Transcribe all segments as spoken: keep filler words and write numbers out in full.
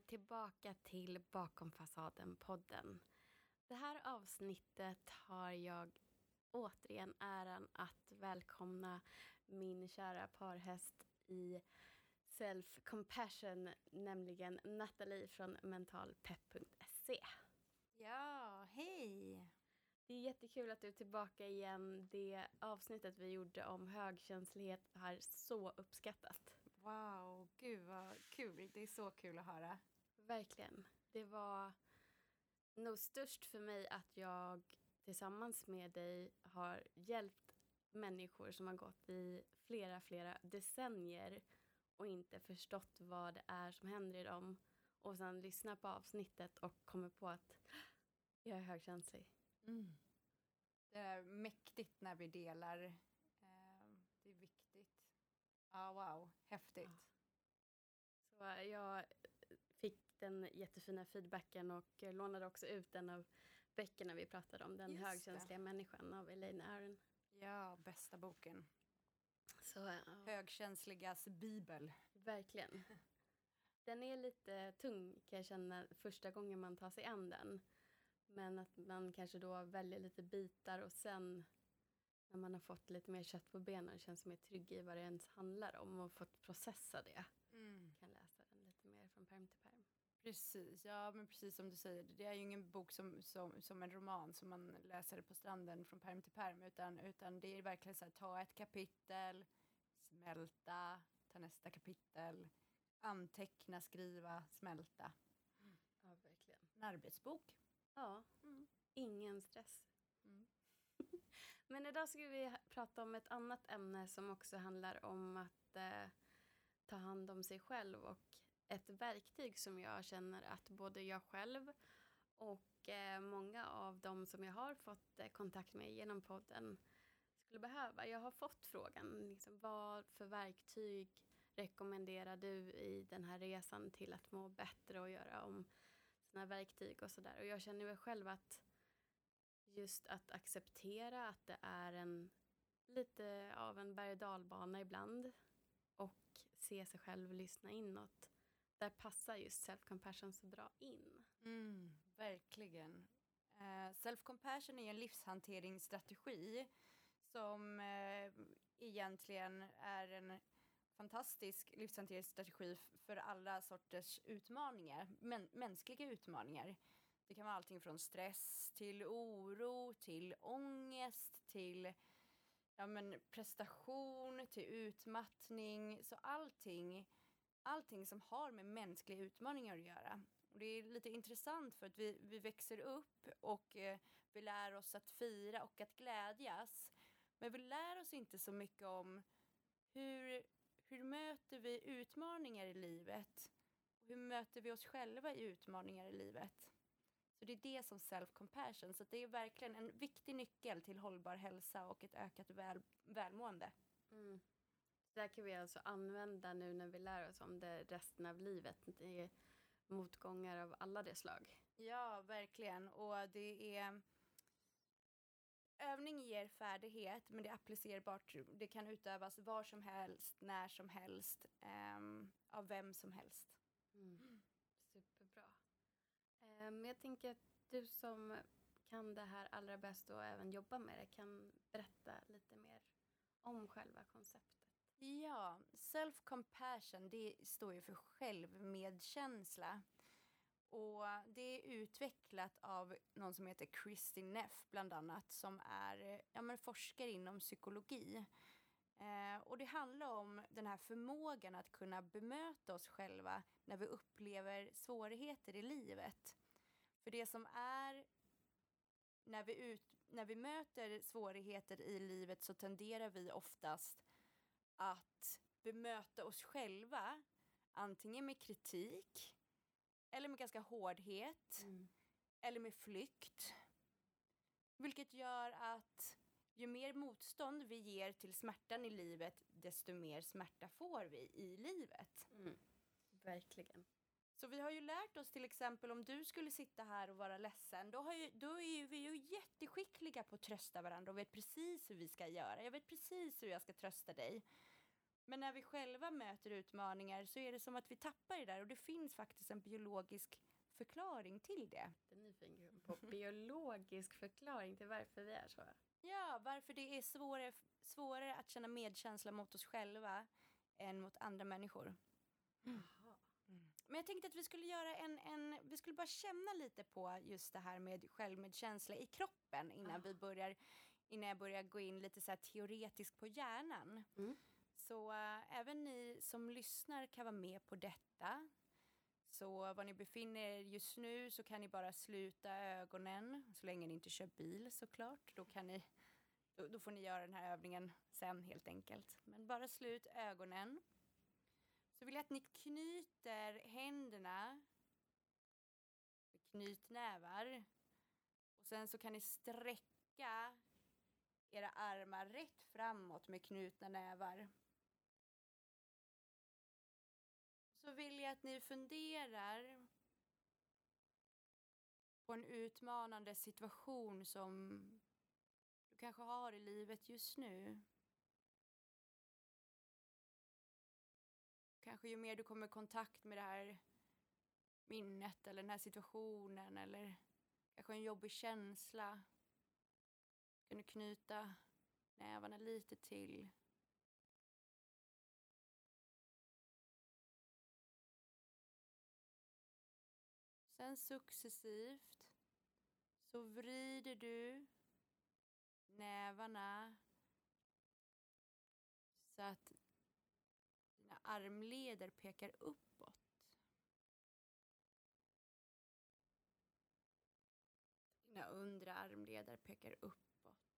tillbaka till Bakom fasaden-podden. Det här avsnittet har jag återigen äran att välkomna min kära parhäst i Self-Compassion, nämligen Nathalie från mentalpepp punkt se. Ja, hej! Det är jättekul att du är tillbaka igen. Det avsnittet vi gjorde om högkänslighet har så uppskattat. Wow, gud vad kul. Det är så kul att höra. Verkligen. Det var nog störst för mig att jag tillsammans med dig har hjälpt människor som har gått i flera, flera decennier och inte förstått vad det är som händer i dem. Och sen lyssna på avsnittet och kommer på att jag är högkänslig. Mm. Det är mäktigt när vi delar. Eh, det är viktigt. Ja, ah, wow. Häftigt. Ja. Så jag fick den jättefina feedbacken och lånade också ut den av böckerna vi pratade om. Den Just högkänsliga det. människan av Elaine Aron. Ja, bästa boken. Så, ja. Högkänsligas bibel. Verkligen. Den är lite tung kan jag känna första gången man tar sig an den. Men att man kanske då väljer lite bitar och sen när man har fått lite mer kött på benen känns mer trygg i vad det ens handlar om och fått processa det. Mm. Kan läsa den lite mer från perm till perm. Precis, ja men precis som du säger. Det är ju ingen bok som, som, som en roman som man läser på stranden från perm till perm. Utan, utan det är verkligen så här, ta ett kapitel, smälta, ta nästa kapitel, anteckna, skriva, smälta. Mm. Ja, verkligen. En arbetsbok. Ja, Mm. ingen stress. Mm. Men idag ska vi prata om ett annat ämne som också handlar om att eh, ta hand om sig själv och ett verktyg som jag känner att både jag själv och eh, många av dem som jag har fått eh, kontakt med genom podden skulle behöva. Jag har fått frågan, liksom, vad för verktyg rekommenderar du i den här resan till att må bättre och göra om sina verktyg och sådär. Och jag känner väl själv att just att acceptera att det är en lite av en berg- och dalbana ibland och se sig själv lyssna inåt. Där passar just self-compassion så bra in. Mm, verkligen. Uh, self-compassion är en livshanteringsstrategi som uh, egentligen är en fantastisk livshanteringsstrategi f- för alla sorters utmaningar, men- mänskliga utmaningar. Det kan vara allting från stress till oro, till ångest, till ja, men prestation, till utmattning. Så allting, allting som har med mänskliga utmaningar att göra. Och det är lite intressant för att vi, vi växer upp och eh, vi lär oss att fira och att glädjas. Men vi lär oss inte så mycket om hur, hur möter vi utmaningar i livet. Och hur möter vi oss själva i utmaningar i livet. Så det är det som self-compassion. Så det är verkligen en viktig nyckel till hållbar hälsa och ett ökat väl, välmående. Mm. Det här kan vi alltså använda nu när vi lär oss om det resten av livet. Det är motgångar av alla de slag. Ja, verkligen. Och det är... Övning ger färdighet, men det är applicerbart. Det kan utövas var som helst, när som helst, um, av vem som helst. Mm. Superbra. Men jag tänker att du som kan det här allra bäst och även jobbar med det kan berätta lite mer om själva konceptet. Ja, self-compassion, det står ju för självmedkänsla. Och det är utvecklat av någon som heter Kristy Neff bland annat, som är ja, men forskare inom psykologi. Eh, och det handlar om den här förmågan att kunna bemöta oss själva när vi upplever svårigheter i livet. För det som är, när vi, ut, när vi möter svårigheter i livet så tenderar vi oftast att bemöta oss själva antingen med kritik eller med ganska hårdhet Mm. eller med flykt. Vilket gör att ju mer motstånd vi ger till smärtan i livet, desto mer smärta får vi i livet. Mm. Verkligen. Så vi har ju lärt oss till exempel om du skulle sitta här och vara ledsen, då, har ju, då är ju vi ju jätteskickliga på att trösta varandra och vet precis hur vi ska göra. Jag vet precis hur jag ska trösta dig. Men när vi själva möter utmaningar så är det som att vi tappar det där. Och det finns faktiskt en biologisk förklaring till det. Jag är nyfiken på biologisk förklaring till varför vi är så. Ja, varför det är svårare, svårare att känna medkänsla mot oss själva än mot andra människor. Mm. Mm. Men jag tänkte att vi skulle göra en, en, vi skulle bara känna lite på just det här med självmedkänsla i kroppen innan ah. vi börjar, innan jag börjar gå in lite så här teoretiskt på hjärnan. Mm. Så äh, även ni som lyssnar kan vara med på detta. Så var ni befinner er just nu så kan ni bara sluta ögonen. Så länge ni inte kör bil såklart. Då, kan ni, då, då får ni göra den här övningen sen helt enkelt. Men bara slut ögonen. Så vill jag att ni knyter händerna med knytnävar. Och sen så kan ni sträcka era armar rätt framåt med knutna nävar. Så vill jag att ni funderar på en utmanande situation som du kanske har i livet just nu. Kanske ju mer du kommer i kontakt med det här minnet eller den här situationen eller kanske en jobbig känsla. Kan du knyta nävarna lite till. Sen successivt så vrider du nävarna så att dina armleder pekar uppåt. Dina undre armleder pekar uppåt.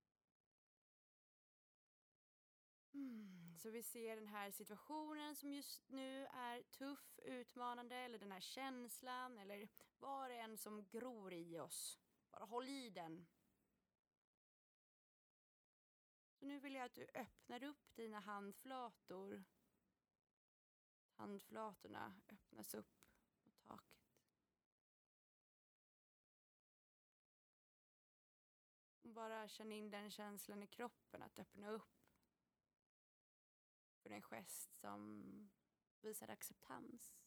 Mm. Så vi ser den här situationen som just nu är tuff, utmanande, eller den här känslan, eller vad det än som gror i oss. Bara håll i den. Så nu vill jag att du öppnar upp dina handflator. Handflatorna öppnas upp mot taket. Och bara känn in den känslan i kroppen att öppna upp. För en gest som visar acceptans.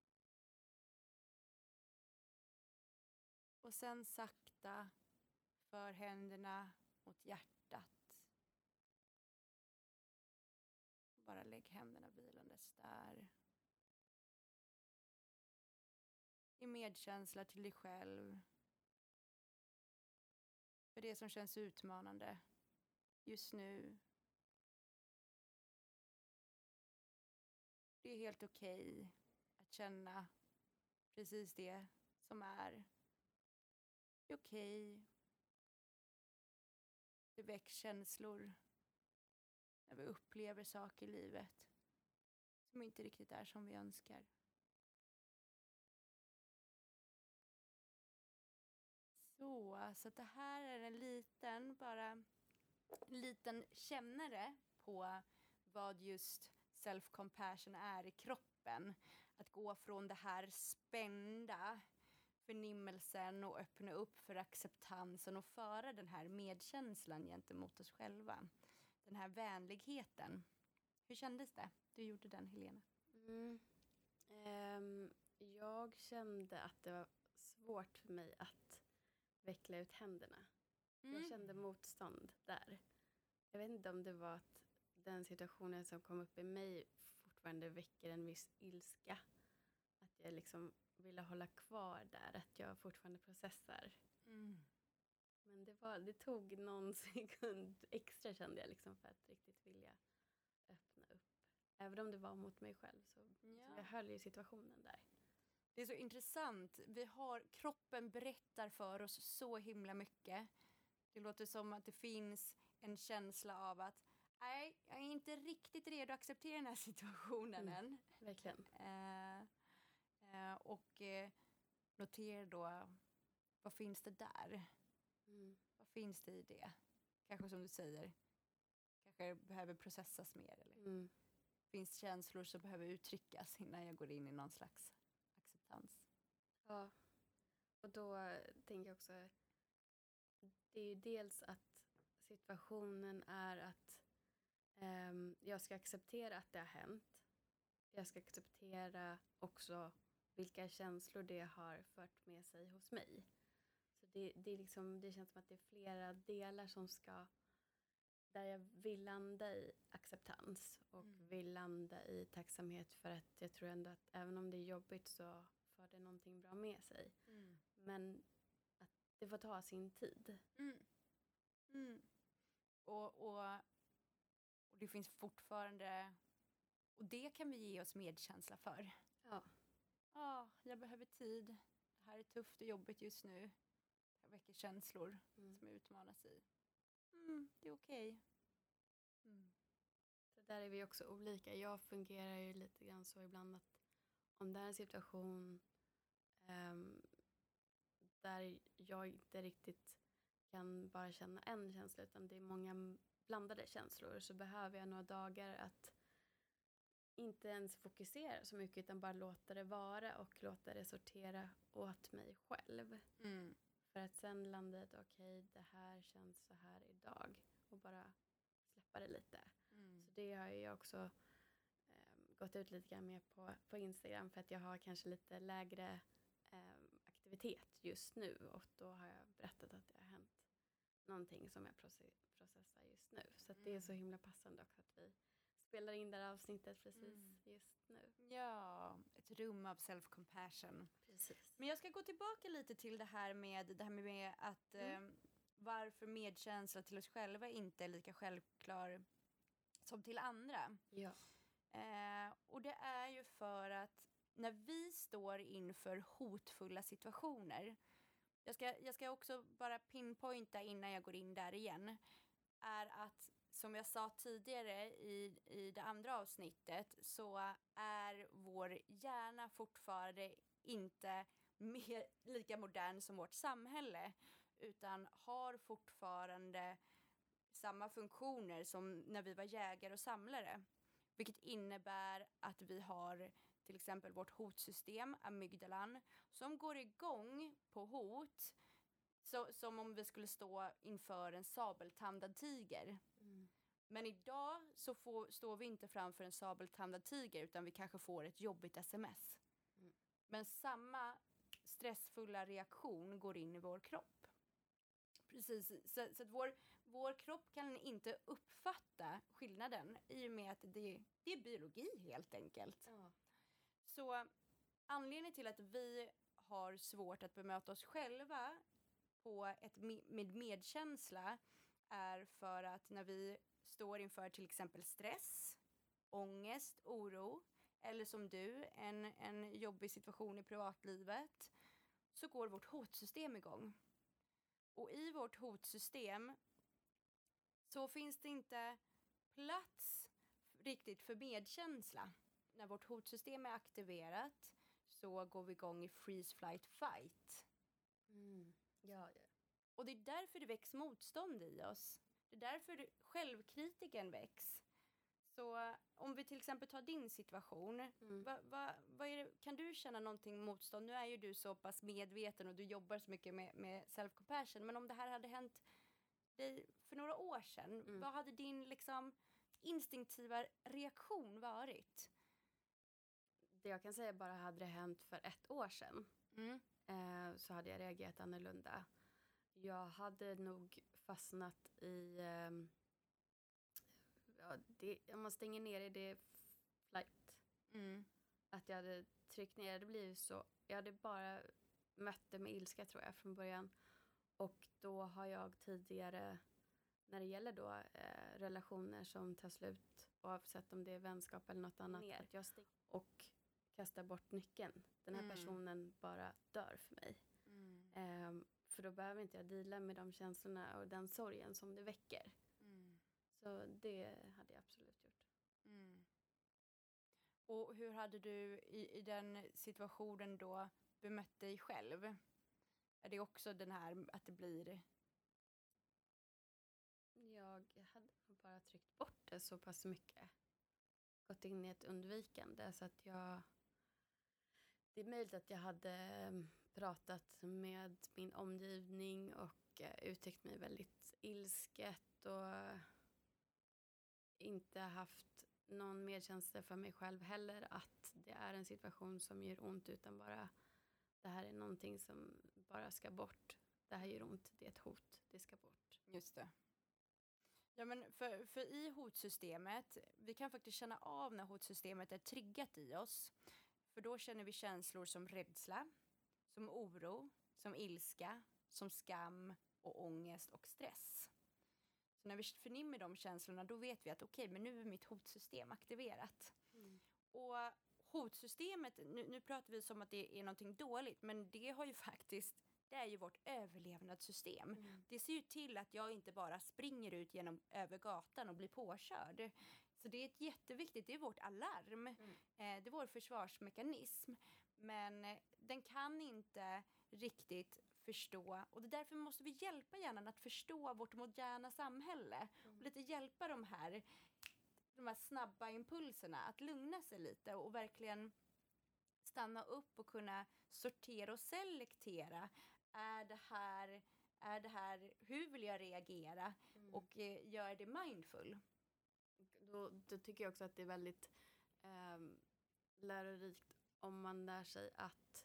Och sen sakta för händerna mot hjärtat. Bara lägg händerna vilandes där. I medkänsla till dig själv. För det som känns utmanande just nu. Det är helt okej att känna precis det som är. Det är okej. Det väcks känslor när vi upplever saker i livet som inte riktigt är som vi önskar. Så, så att det här är en liten, bara en liten kännare på vad just self-compassion är i kroppen. Att gå från det här spända förnimmelsen och öppna upp för acceptansen och föra den här medkänslan gentemot oss själva. Den här vänligheten. Hur kändes det? Du gjorde den, Helena. Mm. Um, jag kände att det var svårt för mig att veckla ut händerna. Mm. Jag kände motstånd där. Jag vet inte om det var att den situationen som kom upp i mig fortfarande väcker en viss ilska. Att jag liksom ville hålla kvar där. Att jag fortfarande processar. Mm. Men det, var, det tog någon sekund extra, kände jag, liksom, för att riktigt vilja öppna upp. Även om det var mot mig själv så, ja. så jag höll ju situationen där. Det är så intressant. Vi har, kroppen berättar för oss så himla mycket. Det låter som att det finns en känsla av att nej, jag är inte riktigt redo att acceptera den här situationen mm, än. Verkligen. Eh, eh, och eh, notera då, vad finns det där? Mm. Vad finns det i det? Kanske som du säger, kanske behöver processas mer. Eller? Mm. Finns känslor som behöver uttryckas innan jag går in i någon slags acceptans. Ja, och då tänker jag också, det är ju dels att situationen är att Ehm, jag ska acceptera att det har hänt. Jag ska acceptera också vilka känslor det har fört med sig hos mig. Så det, det, är liksom, det känns som att det är flera delar som ska, där jag vill landa i acceptans och Mm. vill landa i tacksamhet, för att jag tror ändå att även om det är jobbigt så för det någonting bra med sig. Mm. Men att det får ta sin tid. Mm. Mm. Och, och, och det finns fortfarande, och det kan vi ge oss medkänsla för. Ja. Ja, jag behöver tid. Det här är tufft och jobbigt just nu. Jag väcker känslor Mm. som jag utmanas i. Mm, det är okej. Mm. Så där är vi också olika. Jag fungerar ju lite grann så ibland att om det är en situation um, där jag inte riktigt kan bara känna en känsla, utan det är många blandade känslor, så behöver jag några dagar att inte ens fokusera så mycket, utan bara låta det vara och låta det sortera åt mig själv. Mm. För att sen landa i att okej, okay, det här känns så här idag, och bara släppa det lite. Mm. Så det har jag också eh, gått ut lite grann med på, på Instagram, för att jag har kanske lite lägre eh, aktivitet just nu, och då har jag berättat att det har hänt någonting som jag process- processar just nu. Så att det är så himla passande också att vi spelar in det här avsnittet precis Mm. just nu. Ja, ett rum av self-compassion. Precis. Men jag ska gå tillbaka lite till det här med, det här med att Mm. eh, varför medkänsla till oss själva inte är lika självklar som till andra. Ja. Eh, och det är ju för att när vi står inför hotfulla situationer, jag ska, jag ska också bara pinpointa innan jag går in där igen, är att som jag sa tidigare i, i det andra avsnittet, så är vår hjärna fortfarande inte mer, lika modern som vårt samhälle, utan har fortfarande samma funktioner som när vi var jägare och samlare. Vilket innebär att vi har till exempel vårt hotsystem, amygdalan, som går igång på hot, så, som om vi skulle stå inför en sabeltandad tiger. Mm. Men idag så får, står vi inte framför en sabeltandad tiger, utan vi kanske får ett jobbigt sms. Mm. Men samma stressfulla reaktion går in i vår kropp. Precis, så, så att vår, vår kropp kan inte uppfatta skillnaden i och med att det, det är biologi helt enkelt. Ja. Så anledningen till att vi har svårt att bemöta oss själva på ett med, med medkänsla är för att när vi står inför till exempel stress, ångest, oro, eller som du, en, en jobbig situation i privatlivet, så går vårt hotsystem igång. Och i vårt hotsystem så finns det inte plats riktigt för medkänsla. När vårt hotsystem är aktiverat så går vi igång i freeze, flight, fight. Mm. Ja, ja. Och det är därför det väcks motstånd i oss. Det är därför självkritiken väcks. Så om vi till exempel tar din situation, Mm. va, va, vad är det, kan du känna någonting motstånd? Nu är ju du så pass medveten och du jobbar så mycket med, med self-compassion. Men om det här hade hänt dig för några år sedan, Mm. vad hade din liksom instinktiva reaktion varit? Det jag kan säga, bara hade det hänt för ett år sedan Mm. eh, så hade jag reagerat annorlunda. Jag hade nog fastnat i eh, ja, det, om man stänger ner i det flight. Mm. Att jag hade tryckt ner, det blir så. Jag hade bara mött det med ilska, tror jag, från början. Och då har jag tidigare, när det gäller då eh, relationer som tar slut, oavsett om det är vänskap eller något annat, ner. Att jag stänger och kastar bort nyckeln. Den här Mm. personen bara dör för mig. Mm. Eh, för då behöver inte jag dela med de känslorna och den sorgen som det väcker. Mm. Så det hade jag absolut gjort. Mm. Och hur hade du i, i den situationen då bemött dig själv? Är det också den här att det blir... Jag hade bara tryckt bort det så pass mycket. Gått in i ett undvikande, så att jag... Det är möjligt att jag hade eh, pratat med min omgivning och eh, uttryckt mig väldigt ilsket och inte haft någon medkänsla för mig själv heller, att det är en situation som gör ont, utan bara det här är någonting som bara ska bort. Det här gör ont, det är ett hot, det ska bort. Just det. Ja, men för, för i hotsystemet, vi kan faktiskt känna av när hotsystemet är triggat i oss. För då känner vi känslor som rädsla, som oro, som ilska, som skam och ångest och stress. Så när vi förnimmer de känslorna, då vet vi att okej, okay, men nu är mitt hotsystem aktiverat. Mm. Och hotsystemet, nu, nu pratar vi som att det är någonting dåligt, men det har ju faktiskt, det är ju vårt överlevnadssystem. Mm. Det ser ju till att jag inte bara springer ut genom över gatan och blir påkörd. Så det är ett jätteviktigt, det är vårt alarm. Mm. Eh, det är vår försvarsmekanism. Men eh, den kan inte riktigt förstå, och det är därför måste vi hjälpa hjärnan att förstå vårt moderna samhälle. Mm. Och lite hjälpa de här, de här snabba impulserna att lugna sig lite och verkligen stanna upp och kunna sortera och selektera. Är det här, är det här, hur vill jag reagera? Mm. Och eh, gör det mindful. Då, då tycker jag också att det är väldigt eh, lärorikt om man lär sig att,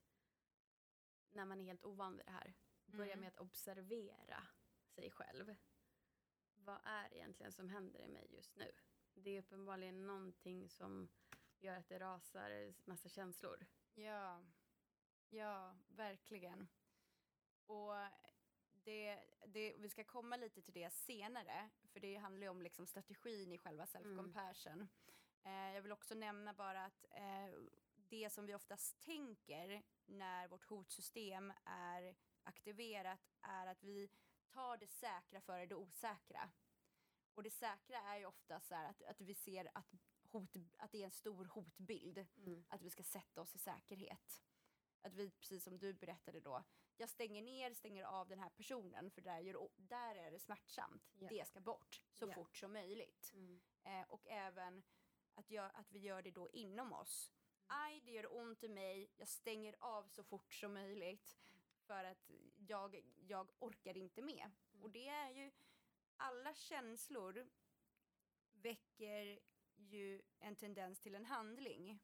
när man är helt ovan vid det här, börja mm. med att observera sig själv. Vad är egentligen som händer i mig just nu? Det är uppenbarligen någonting som gör att det rasar massa känslor. Ja, ja, verkligen. Och det, det, vi ska komma lite till det senare, för det handlar ju om liksom strategin i själva self-compassion. Mm. Eh, jag vill också nämna bara att eh, det som vi oftast tänker när vårt hotsystem är aktiverat är att vi tar det säkra före det osäkra. Och det säkra är ju ofta så här att, att vi ser att, hot, att det är en stor hotbild. Mm. Att vi ska sätta oss i säkerhet. Att vi, precis som du berättade då, jag stänger ner, stänger av den här personen, för där, gör, där är det smärtsamt. Yeah. Det ska bort så yeah. fort som möjligt. Mm. Eh, och även att, gör, att vi gör det då inom oss. Mm. Aj, det gör ont i mig, jag stänger av så fort som möjligt. För att jag, jag orkar inte med. Mm. Och det är ju, alla känslor väcker ju en tendens till en handling.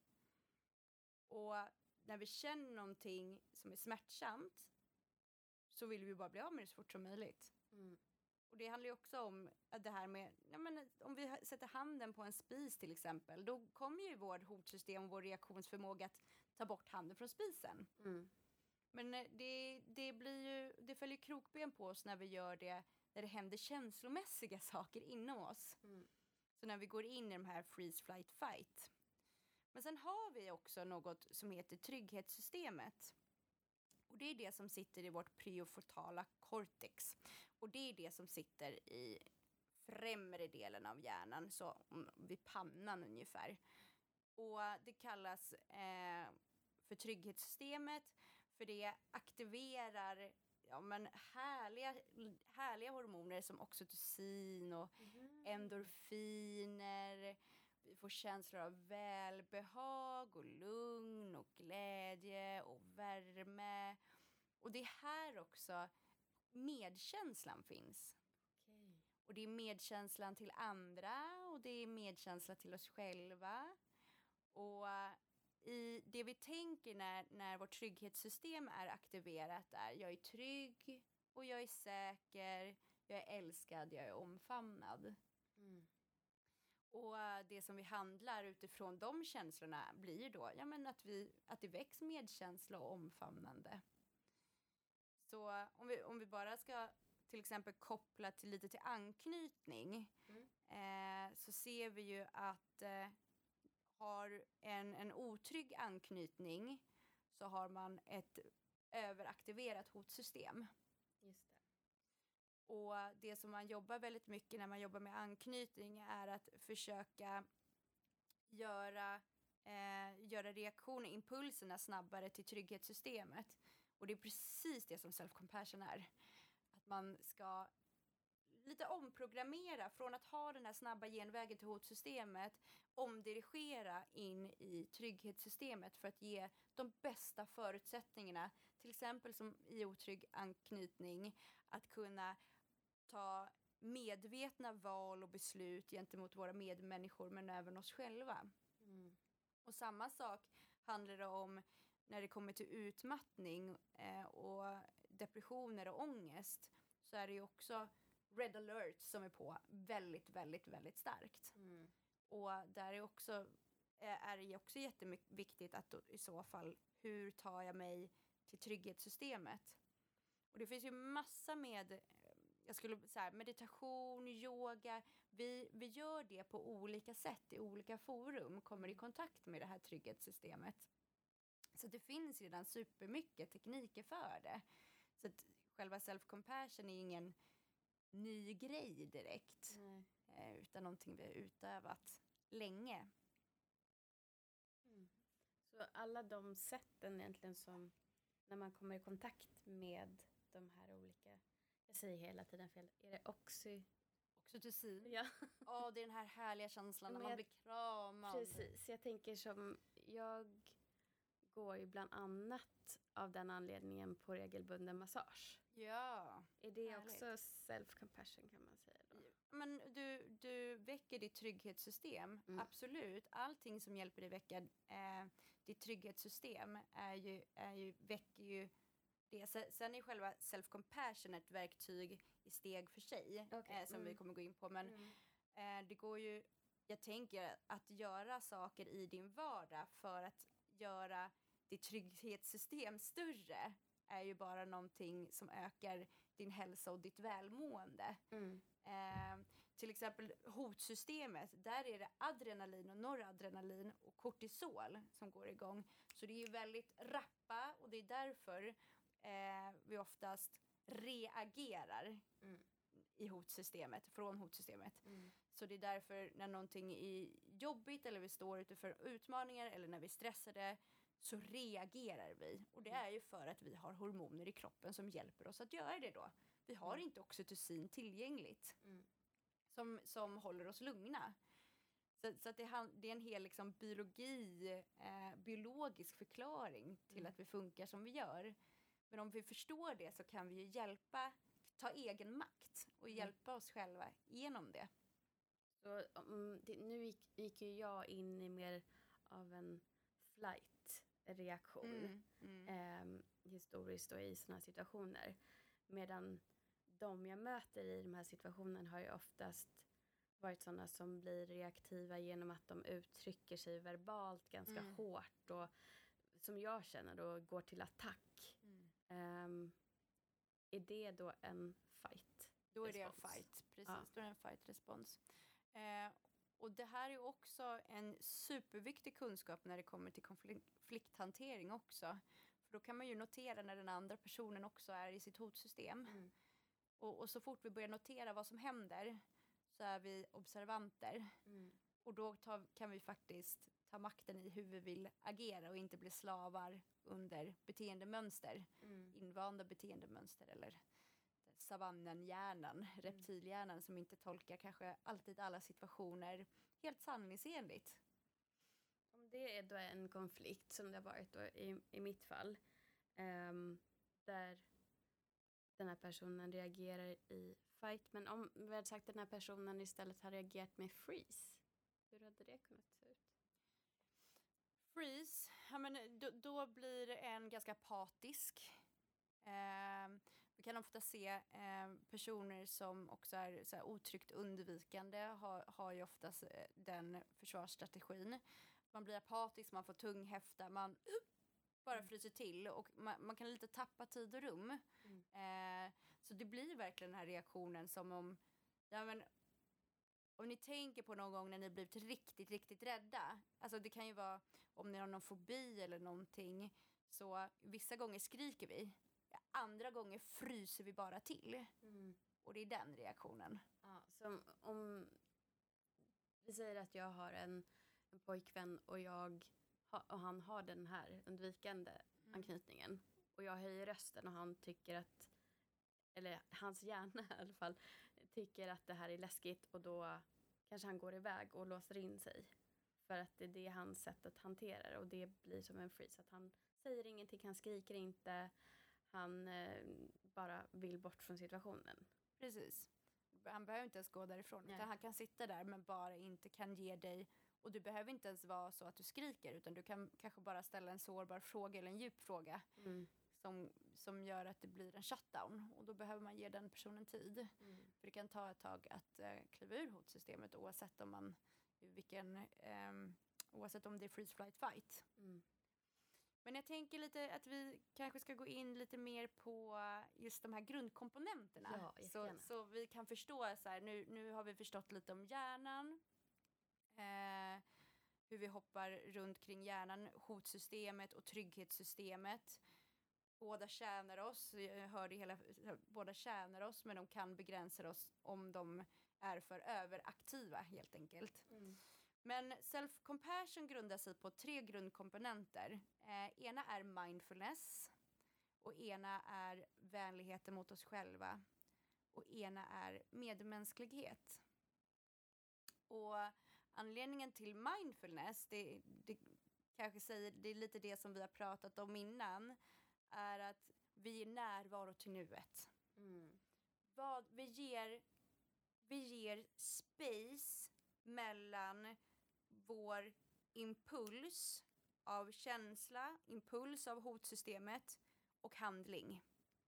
Och när vi känner någonting som är smärtsamt, så vill vi bara bli av med det så fort som möjligt. Mm. Och det handlar ju också om det här med, ja men, om vi sätter handen på en spis till exempel, då kommer ju vårt hotsystem och vår reaktionsförmåga att ta bort handen från spisen. Mm. Men det, det blir ju, det följer krokben på oss när vi gör det, när det händer känslomässiga saker inom oss. Mm. Så när vi går in i de här freeze, flight, fight. Men sen har vi också något som heter trygghetssystemet. Och det är det som sitter i vårt prefrontala cortex. Och det är det som sitter i främre delen av hjärnan, så vid pannan ungefär. Och det kallas eh, för trygghetssystemet, för det aktiverar ja, men härliga, härliga hormoner som oxytocin och mm. endorfiner. Vi får känslor av välbehag och lugn och glädje och värme. Och det är här också medkänslan finns. Okay. Och det är medkänslan till andra och det är medkänsla till oss själva. Och i det vi tänker när, när vårt trygghetssystem är aktiverat är jag är trygg och jag är säker, jag är älskad, jag är omfamnad. Mm. Och det som vi handlar utifrån de känslorna blir ju då ja, men att, vi, att det väcks medkänsla och omfamnande. Så om vi, om vi bara ska till exempel koppla till lite till anknytning mm. eh, så ser vi ju att eh, har en, en otrygg anknytning så har man ett överaktiverat hotsystem. Just det. Och det som man jobbar väldigt mycket när man jobbar med anknytning är att försöka göra, eh, göra reaktioner, impulserna snabbare till trygghetssystemet. Och det är precis det som self-compassion är. Att man ska lite omprogrammera från att ha den här snabba genvägen till hotsystemet, omdirigera in i trygghetssystemet för att ge de bästa förutsättningarna, till exempel som i otrygg anknytning, att kunna ta medvetna val och beslut gentemot våra medmänniskor men även oss själva. Mm. Och samma sak handlar det om när det kommer till utmattning eh, och depressioner och ångest, så är det ju också red alert som är på väldigt, väldigt, väldigt starkt. Mm. Och där är också eh, är det också jätteviktigt att då, i så fall, hur tar jag mig till trygghetssystemet? Och det finns ju massa med, jag skulle säga meditation, yoga, vi, vi gör det på olika sätt i olika forum, kommer i kontakt med det här trygghetssystemet. Så det finns redan supermycket tekniker för det. Så att själva self-compassion är ingen ny grej direkt. Nej. Eh, utan någonting vi har utövat länge. Mm. Så alla de sätten egentligen som när man kommer i kontakt med de här olika, jag säger hela tiden fel, är det oxy? Oxytocin. Ja. Ja, det är den här härliga känslan när Men man jag- blir kramad. Precis, jag tänker som, jag går ju bland annat av den anledningen på regelbunden massage. Ja. Är det Härligt. också self-compassion kan man säga då? Men du, du väcker ditt trygghetssystem, Mm. absolut. Allting som hjälper dig väcka eh, ditt trygghetssystem är ju, är ju, väcker ju det. Sen, sen är själva self-compassion ett verktyg i steg för sig, Okej, eh, som mm. vi kommer gå in på. Men Mm. eh, det går ju, jag tänker att göra saker i din vardag för att göra ditt trygghetssystem större är ju bara någonting som ökar din hälsa och ditt välmående. Mm. Eh, till exempel hotsystemet, där är det adrenalin och noradrenalin och kortisol som går igång. Så det är ju väldigt rappa och det är därför eh, vi oftast reagerar Mm. i hotsystemet, från hotsystemet. Mm. Så det är därför när någonting är jobbigt eller vi står utifrån utmaningar eller när vi är stressade så reagerar vi. Och det är ju för att vi har hormoner i kroppen som hjälper oss att göra det då. Vi har Mm. inte oxytocin tillgängligt Mm. som, som håller oss lugna. Så, så att det, han- det är en hel liksom, biologi, eh, biologisk förklaring till Mm. att vi funkar som vi gör. Men om vi förstår det så kan vi ju hjälpa, ta egen makt och Mm. hjälpa oss själva genom det. Så um, det, nu gick, gick ju jag in i mer av en flight-reaktion. Mm. ehm, historiskt och i sådana situationer. Medan de jag möter i de här situationerna har ju oftast varit sådana som blir reaktiva genom att de uttrycker sig verbalt ganska Mm. hårt och som jag känner då går till attack. Mm. Ehm, är det då en fight? Då är det en Respons. fight, precis. Ja. Då är det en fight-respons. Eh, och det här är också en superviktig kunskap när det kommer till konflikthantering också. För då kan man ju notera när den andra personen också är i sitt hotsystem. Mm. Och, och så fort vi börjar notera vad som händer så är vi observanter. Mm. Och då tar, kan vi faktiskt ta makten i hur vi vill agera och inte bli slavar under beteendemönster. Mm. Invanda beteendemönster eller savannenhjärnan, reptilhjärnan som inte tolkar kanske alltid alla situationer helt sanningsenligt. Om det är då en konflikt som det har varit då i, i mitt fall. ehm, där den här personen reagerar i fight. Men om vi hade sagt att den här personen istället har reagerat med freeze. Hur hade det kunnat se ut? Freeze, ja, men då, då blir det en ganska apatisk. Eh, vi kan ofta se eh, personer som också är så här, otryggt undvikande har, har ju oftast eh, den försvarsstrategin. Man blir apatisk, man får tunghäfta, man uh, bara Mm. fryser till och man, man kan lite tappa tid och rum. Mm. Eh, så det blir verkligen den här reaktionen som om, ja men om ni tänker på någon gång när ni blivit riktigt, riktigt rädda. Alltså det kan ju vara om ni har någon fobi eller någonting. Så vissa gånger skriker vi. Andra gånger fryser vi bara till. Mm. Och det är den reaktionen. Ja, som om vi säger att jag har en, en pojkvän och, jag ha, och han har den här undvikande Mm. anknytningen. Och jag höjer rösten och han tycker att, eller hans hjärna i alla fall, tycker att det här är läskigt och då kanske han går iväg och låser in sig. För att det är det hans sätt att hantera det och det blir som en freeze. Att han säger ingenting, han skriker inte, han eh, bara vill bort från situationen. Precis. han behöver inte ens gå därifrån. Nej. Utan han kan sitta där men bara inte kan ge dig. Och du behöver inte ens vara så att du skriker. Utan du kan kanske bara ställa en sårbar fråga eller en djup fråga. Mm. Som, som gör att det blir en shutdown. Och då behöver man ge den personen tid. Mm. För det kan ta ett tag att eh, kliva ur hotsystemet. Oavsett om man, vilken, eh, oavsett om det är freeze, flight, fight. Mm. Men jag tänker lite att vi kanske ska gå in lite mer på just de här grundkomponenterna. Ja, så, jättegärna. så vi kan förstå så här, nu, nu har vi förstått lite om hjärnan. Eh, hur vi hoppar runt kring hjärnan, hotsystemet och trygghetssystemet. Båda tjänar oss, jag hörde hela, båda tjänar oss men de kan begränsa oss om de är för överaktiva helt enkelt. Mm. Men self-compassion grundar sig på tre grundkomponenter. Eh, ena är mindfulness. Och ena är vänligheten mot oss själva. Och ena är medmänsklighet. Och anledningen till mindfulness, det, det kanske säger, det är lite det som vi har pratat om innan, är att vi är närvaro till nuet. Mm. Vad vi ger, vi ger space mellan vår impuls av känsla, impuls av hotsystemet och handling.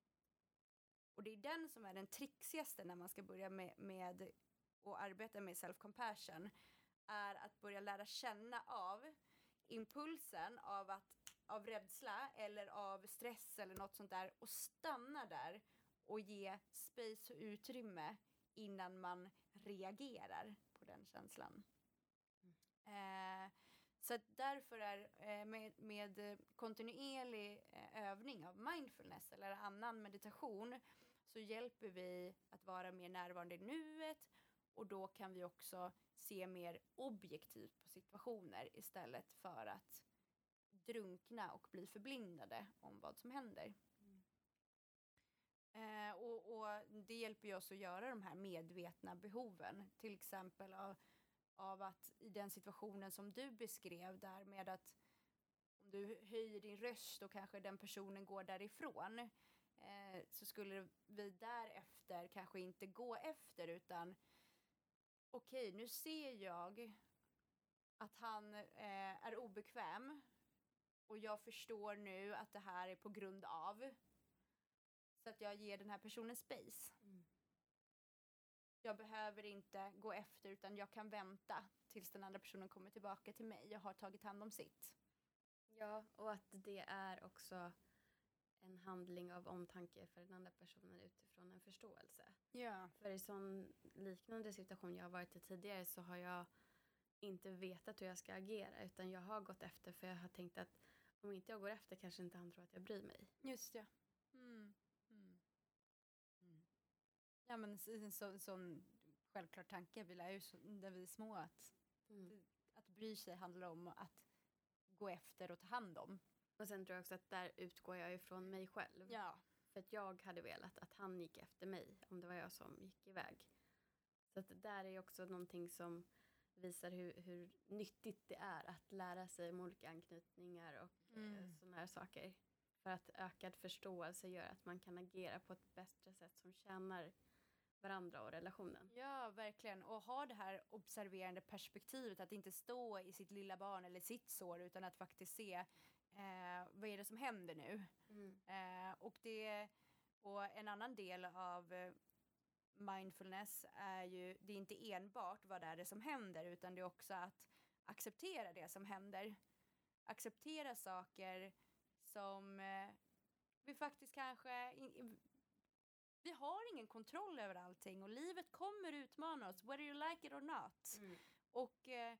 Och det är den som är den trixigaste när man ska börja med, med att arbeta med self-compassion. Är att börja lära känna av impulsen av, att, av rädsla eller av stress eller något sånt där. Och stanna där och ge space och utrymme innan man reagerar på den känslan. Eh, så att därför är eh, med, med kontinuerlig eh, övning av mindfulness eller annan meditation så hjälper vi att vara mer närvarande i nuet och då kan vi också se mer objektivt på situationer istället för att drunkna och bli förblindade om vad som händer. Mm. Eh, och, och det hjälper ju oss att göra de här medvetna behoven, till exempel av av att i den situationen som du beskrev där med att om du höjer din röst och kanske den personen går därifrån eh, så skulle vi därefter kanske inte gå efter utan okej, nu ser jag att han eh, är obekväm och jag förstår nu att det här är på grund av så att jag ger den här personen space. Mm. Jag behöver inte gå efter utan jag kan vänta tills den andra personen kommer tillbaka till mig och har tagit hand om sitt. Ja, och att det är också en handling av omtanke för den andra personen utifrån en förståelse. Ja. För i sån liknande situation jag har varit i tidigare så har jag inte vetat hur jag ska agera utan jag har gått efter för jag har tänkt att om inte jag går efter kanske inte han tror att jag bryr mig. Just det. Mm. Mm. Mm. Ja men en sån så, självklar tanke, vi lär ju så, när vi är små att, Mm. att bry sig handlar om att gå efter och ta hand om. Och sen tror jag också att där utgår jag ifrån mig själv. Ja. För att jag hade velat att han gick efter mig om det var jag som gick iväg. Så att där är också någonting som visar hur, hur nyttigt det är att lära sig om olika anknytningar och Mm. eh, sådana här saker. För att ökad förståelse gör att man kan agera på ett bättre sätt som tjänar varandra och relationen. Ja, verkligen. Och ha det här observerande perspektivet att inte stå i sitt lilla barn eller sitt sår utan att faktiskt se eh, vad är det som händer nu. Mm. Eh, och, det, och en annan del av eh, mindfulness är ju, det är inte enbart vad det är det som händer utan det är också att acceptera det som händer. Acceptera saker som eh, vi faktiskt kanske in, vi har ingen kontroll över allting och livet kommer utmana oss whether you like it or not. Mm. Och eh,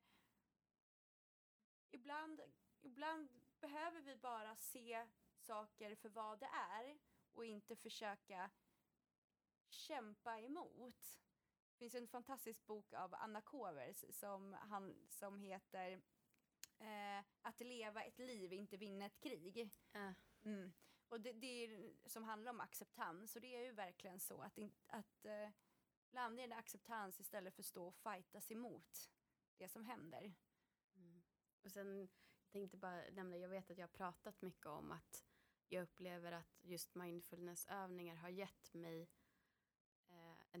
ibland, ibland behöver vi bara se saker för vad det är och inte försöka kämpa emot. Det finns en fantastisk bok av Anna Kovers som, han, som heter eh, Att leva ett liv, inte vinna ett krig. Äh. Mm. Och det, det är som handlar om acceptans och det är ju verkligen så att, in, att eh, landa i en acceptans istället för att stå och fightas emot det som händer. Mm. Och sen jag tänkte bara nämna, jag vet att jag har pratat mycket om att jag upplever att just mindfulnessövningar har gett mig eh, en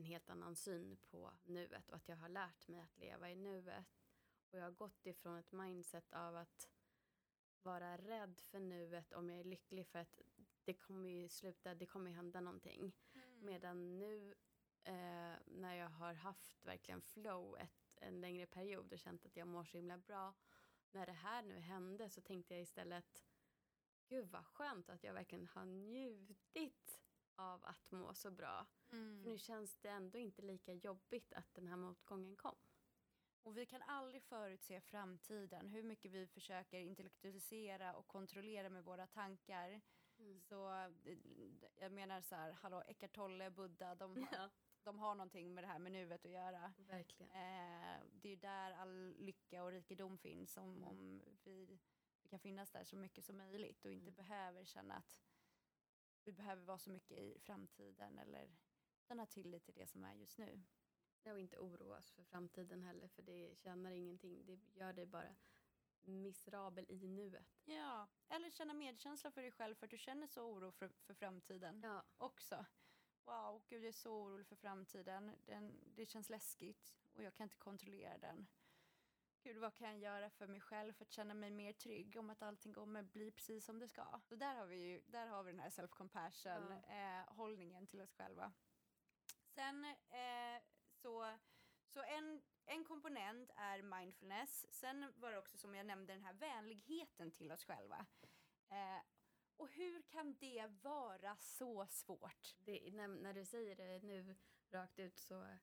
helt annan syn på nuet och att jag har lärt mig att leva i nuet. Och jag har gått ifrån ett mindset av att vara rädd för nuet om jag är lycklig för att det kommer ju sluta, det kommer ju hända någonting. Mm. Medan nu eh, när jag har haft verkligen flow ett, en längre period och känt att jag mår så himla bra. När det här nu hände så tänkte jag istället, gud vad skönt att jag verkligen har njutit av att må så bra. Mm. För nu känns det ändå inte lika jobbigt att den här motgången kom. Och vi kan aldrig förutse framtiden. Hur mycket vi försöker intellektualisera och kontrollera med våra tankar. Mm. Så eh, jag menar så här, hallå, Eckart Tolle, Buddha, de, Ja, de har någonting med det här med nuet att göra. verkligen. Eh, det är ju där all lycka och rikedom finns. Om, Mm. om vi, vi kan finnas där så mycket som möjligt. Och inte Mm. behöver känna att vi behöver vara så mycket i framtiden. Eller känna tillit till det som är just nu. Och inte oroas för framtiden heller, för det tjänar ingenting. Det gör dig bara miserabel i nuet. Ja, eller känna medkänsla för dig själv för att du känner så oro för, för framtiden Ja, också. Wow, gud jag är så orolig för framtiden. Den, det känns läskigt och jag kan inte kontrollera den. Gud, vad kan jag göra för mig själv för att känna mig mer trygg om att allting kommer bli precis som det ska. Så där har vi ju, där har vi den här self-compassion, Ja. eh, hållningen till oss själva. Sen eh, så, så en, en komponent är mindfulness. Sen var det också som jag nämnde den här vänligheten till oss själva. Eh, och hur kan det vara så svårt? det, när, när du säger det nu rakt ut så,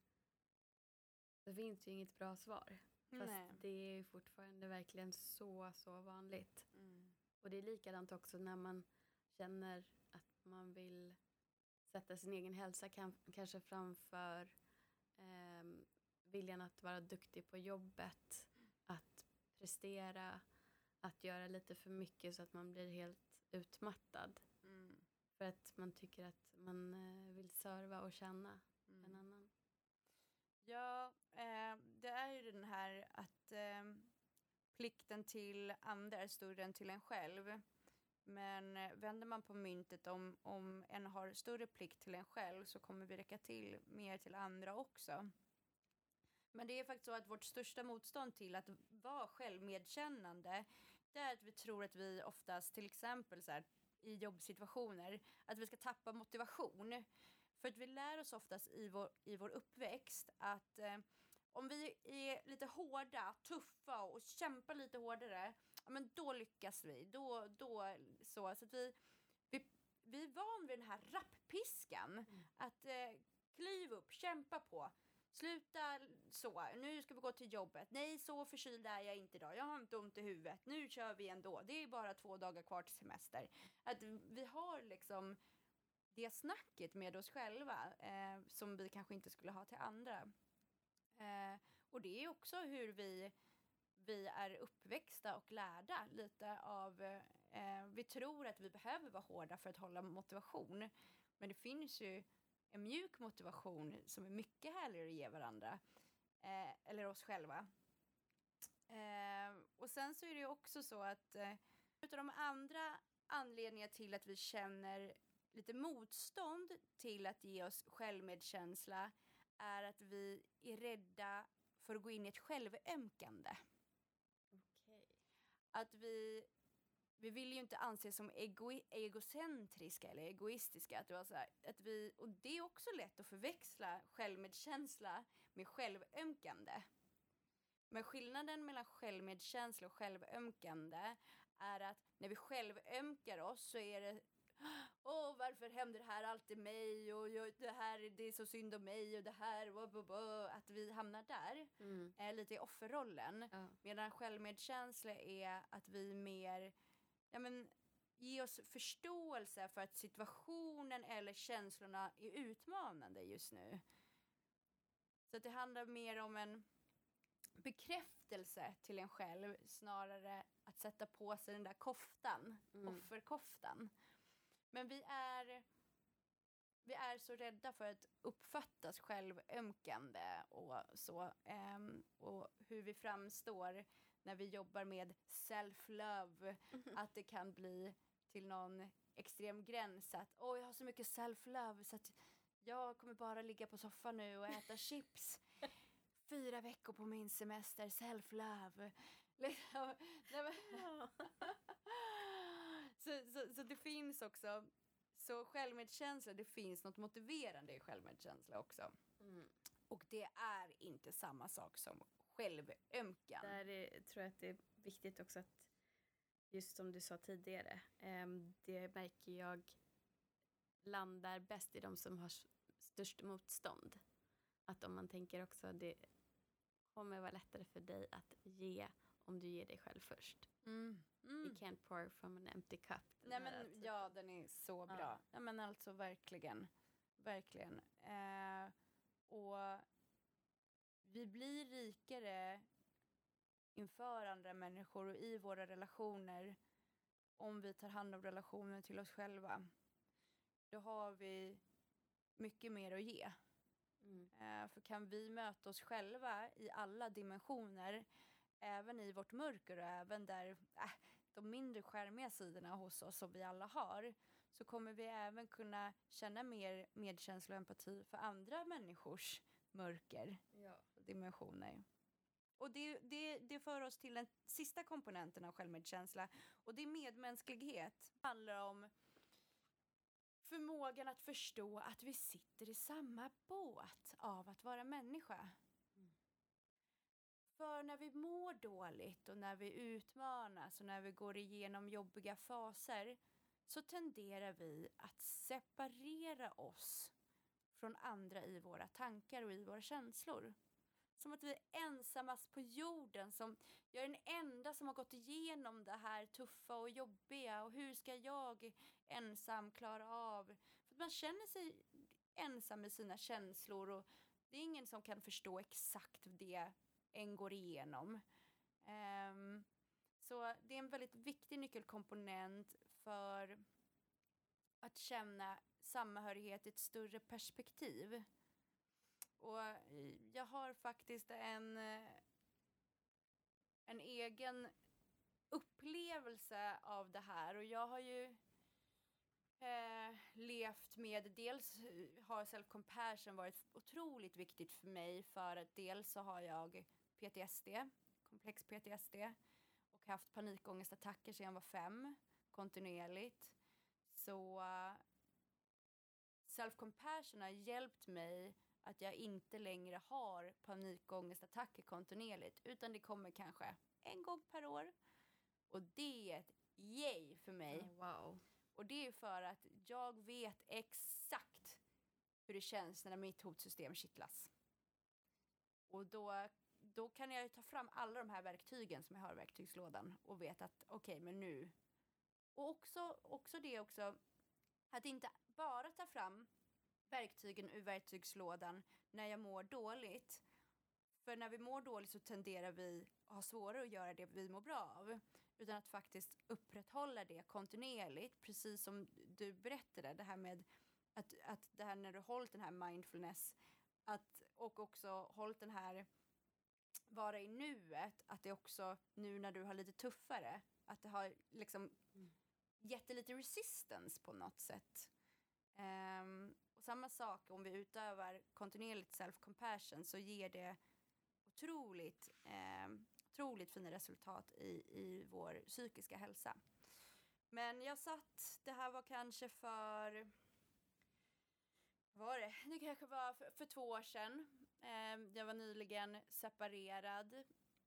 så finns ju inget bra svar. Fast Nej. det är ju fortfarande verkligen så, så vanligt. Mm. Och det är likadant också när man känner att man vill sätta sin egen hälsa kan, kanske framför ehm, viljan att vara duktig på jobbet, att prestera, att göra lite för mycket så att man blir helt utmattad. Mm. För att man tycker att man eh, vill serva och känna Mm. en annan. Ja, eh, det är ju den här att eh, plikten till andra är större än till en själv. Men eh, vänder man på myntet om, om en har större plikt till en själv så kommer vi räcka till mer till andra också. Men det är faktiskt så att vårt största motstånd till att vara självmedkännande det är att vi tror att vi oftast till exempel så här, i jobbsituationer att vi ska tappa motivation. För att vi lär oss oftast i vår, i vår uppväxt att eh, om vi är lite hårda, tuffa och kämpar lite hårdare, ja, men då lyckas vi. Då, då, så så att vi, vi, vi är van vid den här rapppiskan. Mm. Att eh, kliv upp, kämpa på. Sluta så, nu ska vi gå till jobbet. Nej, så förkyld är jag inte idag. Jag har inte ont i huvudet. Nu kör vi ändå. Det är bara två dagar kvar till semester. Att vi har liksom det snacket med oss själva eh, som vi kanske inte skulle ha till andra. Eh, och det är också hur vi, vi är uppväxta och lärda lite av, eh, vi tror att vi behöver vara hårda för att hålla motivation. Men det finns ju en mjuk motivation som är mycket härligare att ge varandra. Eh, eller oss själva. Eh, och sen så är det ju också så att eh, utav de andra anledningar till att vi känner lite motstånd till att ge oss självmedkänsla är att vi är rädda för att gå in i ett självömkande. Okej. Att vi, vi vill ju inte anses som ego, egocentriska eller egoistiska. Att det var så här, att vi, och det är också lätt att förväxla självmedkänsla med självömkande. Men skillnaden mellan självmedkänsla och självömkande är att när vi självömkar oss så är det åh, varför händer det här alltid mig och jag, det här det är så synd om mig och det här wo, wo, wo, att vi hamnar där Mm. är lite i offerrollen. Ja. Medan självmedkänsla är att vi mer ja, men, ge oss förståelse för att situationen eller känslorna är utmanande just nu. Så att det handlar mer om en bekräftelse till en själv snarare att sätta på sig den där koftan, Mm. offerkoftan. Men vi är vi är så rädda för att uppfattas självömkande och så ehm, och hur vi framstår när vi jobbar med self-love att det kan bli till någon extrem gräns att åh jag har så mycket self-love så att jag kommer bara ligga på soffan nu och äta chips. Fyra veckor på min semester, self-love. Liksom. Nej, men Ja. så, så, så det finns också, så självmedkänsla, det finns något motiverande i självmedkänsla också. Mm. Och det är inte samma sak som självömkan. Där är, tror jag att det är viktigt också att, just som du sa tidigare, um, det märker jag landar bäst i de som har s- störst motstånd. Att om man tänker också, det kommer vara lättare för dig att ge om du ger dig själv först. Mm. Mm. You can't pour from an empty cup. Nej här men typen. ja, den är så bra. Ja. Ja men alltså verkligen. Verkligen. Eh, och vi blir rikare inför andra människor och i våra relationer om vi tar hand om relationen till oss själva. Då har vi mycket mer att ge. Mm. Eh, för kan vi möta oss själva i alla dimensioner, även i vårt mörker och även där äh, de mindre skärmiga sidorna hos oss som vi alla har, så kommer vi även kunna känna mer medkänsla och empati för andra människors mörker Ja. och dimensioner. Och det, det, det för oss till den sista komponenten av självmedkänsla, och det är medmänsklighet. Det handlar om förmågan att förstå att vi sitter i samma båt av att vara människa. Mm. För när vi mår dåligt och när vi utmanas och när vi går igenom jobbiga faser, så tenderar vi att separera oss från andra i våra tankar och i våra känslor. Som att vi är ensammast på jorden, som jag är den enda som har gått igenom det här tuffa och jobbiga, och hur ska jag ensam klara av? För att man känner sig ensam i sina känslor, och det är ingen som kan förstå exakt det en går igenom. Um, så det är en väldigt viktig nyckelkomponent för att känna samhörighet i ett större perspektiv. Och jag har faktiskt en, en egen upplevelse av det här. Och jag har ju eh, levt med, dels har self-compassion varit otroligt viktigt för mig, för att dels så har jag P T S D, komplex P T S D, och haft panikångestattacker sedan jag var fem, kontinuerligt. Så uh, self-compassion har hjälpt mig att jag inte längre har panikångestattacker kontinuerligt, utan det kommer kanske en gång per år. Och det är ett yay för mig. Oh, wow. Och det är för att jag vet exakt hur det känns när mitt hotsystem kittlas. Och då, då kan jag ta fram alla de här verktygen som jag har i verktygslådan och vet att okej, okay, men nu. Och också, också det också, att inte bara ta fram verktygen ur verktygslådan när jag mår dåligt. För när vi mår dåligt så tenderar vi att ha svårare att göra det vi mår bra av. Utan att faktiskt upprätthålla det kontinuerligt. Precis som du berättade, det här med att, att det här när du hållit den här mindfulness. Att, och också hållit den här vara i nuet. Att det också, nu när du har lite tuffare, att det har liksom mm. gett lite resistance på något sätt. Um, och samma sak om vi utövar kontinuerligt self-compassion, så ger det otroligt, um, otroligt fina resultat i, i vår psykiska hälsa. Men jag satt, det här var kanske för, vad var det? Det kanske var för, för två år sedan. Um, jag var nyligen separerad.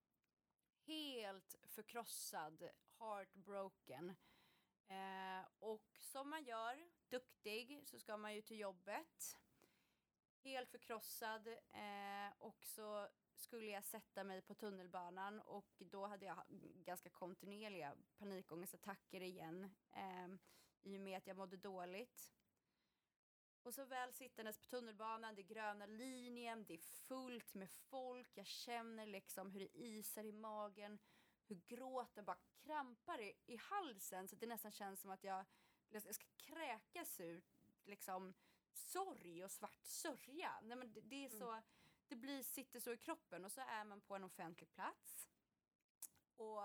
Helt förkrossad, heartbroken. Uh, och som man gör, duktig, så ska man ju till jobbet. Helt förkrossad. Uh, och så skulle jag sätta mig på tunnelbanan, och då hade jag ganska kontinuerliga panikångestattacker igen. Um, I och med att jag mådde dåligt. Och så väl sittandes på tunnelbanan, det är gröna linjen, det är fullt med folk. Jag känner liksom hur det isar i magen, hur gråten bara krampar i, i halsen. Så det nästan känns som att jag, jag ska kräkas ut liksom sorg och svart sörja. Nej, men det, det är så, det blir, sitter så i kroppen, och så är man på en offentlig plats. Och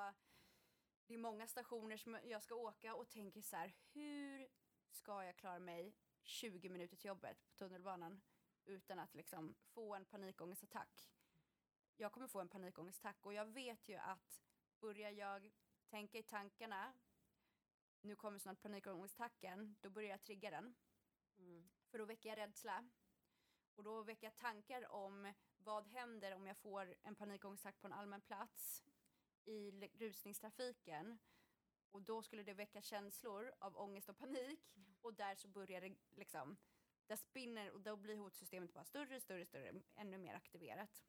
det är många stationer som jag ska åka och tänker så här, hur ska jag klara mig tjugo minuter till jobbet på tunnelbanan utan att liksom få en panikångestattack. Jag kommer få en panikångestattack och jag vet ju att börjar jag tänka i tankarna, nu kommer snart panikångestattacken, då börjar jag trigga den. Mm. För då väcker jag rädsla. Och då väcker jag tankar om vad händer om jag får en panikångestattack på en allmän plats i rusningstrafiken. Och då skulle det väcka känslor av ångest och panik. Mm. Och där så börjar det liksom, där spinner och då blir hotsystemet bara större, större, större, ännu mer aktiverat.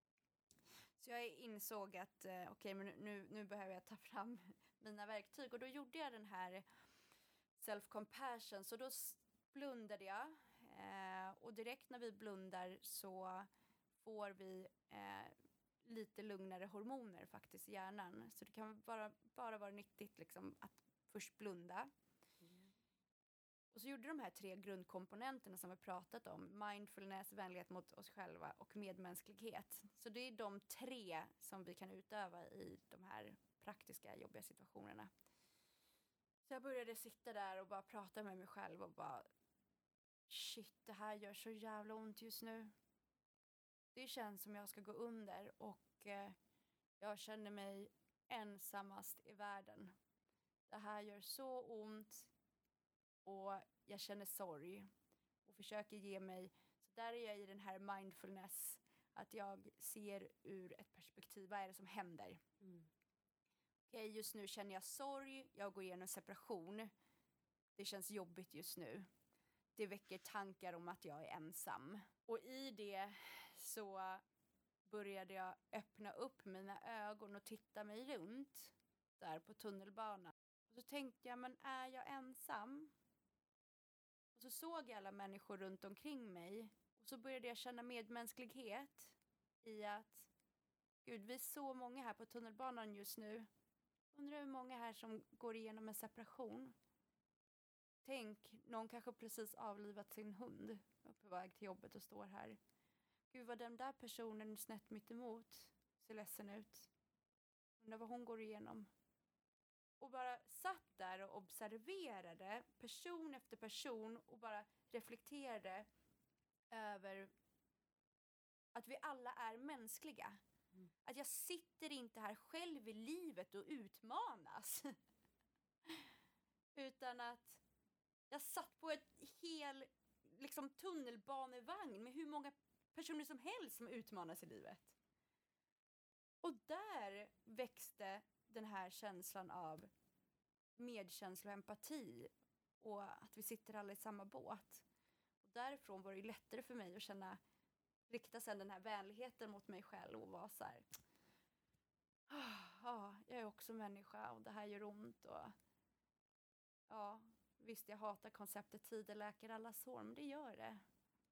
Så jag insåg att eh, okej, okay, men nu, nu behöver jag ta fram mina verktyg. Och då gjorde jag den här self-compassion. Så då blundade jag. Eh, och direkt när vi blundar så får vi eh, lite lugnare hormoner faktiskt i hjärnan. Så det kan bara, bara vara nyttigt liksom, att först blunda. Mm. Och så gjorde de här tre grundkomponenterna som vi pratat om. Mindfulness, vänlighet mot oss själva och medmänsklighet. Så det är de tre som vi kan utöva i de här praktiska jobbiga situationerna. Så jag började sitta där och bara prata med mig själv och bara shit, det här gör så jävla ont just nu. Det känns som jag ska gå under och eh, jag känner mig ensammast i världen. Det här gör så ont och jag känner sorg och försöker ge mig, så där är jag i den här mindfulness, att jag ser ur ett perspektiv, vad är det som händer? Mm. Okej, okay, just nu känner jag sorg, jag går igenom separation, det känns jobbigt just nu. Det väcker tankar om att jag är ensam. Och i det så började jag öppna upp mina ögon och titta mig runt där på tunnelbanan. Och så tänkte jag, men är jag ensam? Och så såg jag alla människor runt omkring mig. Och så började jag känna medmänsklighet i att, gud, vi är så många här på tunnelbanan just nu. Undrar hur många här som går igenom en separation. Tänk, någon kanske precis avlivat sin hund och på väg till jobbet och står här. Gud, vad den där personen snett mitt emot ser ledsen ut. Undrar vad hon går igenom. Och bara satt där och observerade person efter person och bara reflekterade över att vi alla är mänskliga. Mm. Att jag sitter inte här själv i livet och utmanas. Utan att jag satt på ett hel liksom, tunnelbanevagn med hur många personer som helst som utmanas i livet. Och där växte den här känslan av medkänsla och empati och att vi sitter alla i samma båt. Och därifrån var det lättare för mig att känna, rikta sedan den här vänligheten mot mig själv och vara så här, ja, jag är också människa och det här gör ont och ja, visst, jag hatar konceptet tiden läker alla sår, men det gör det.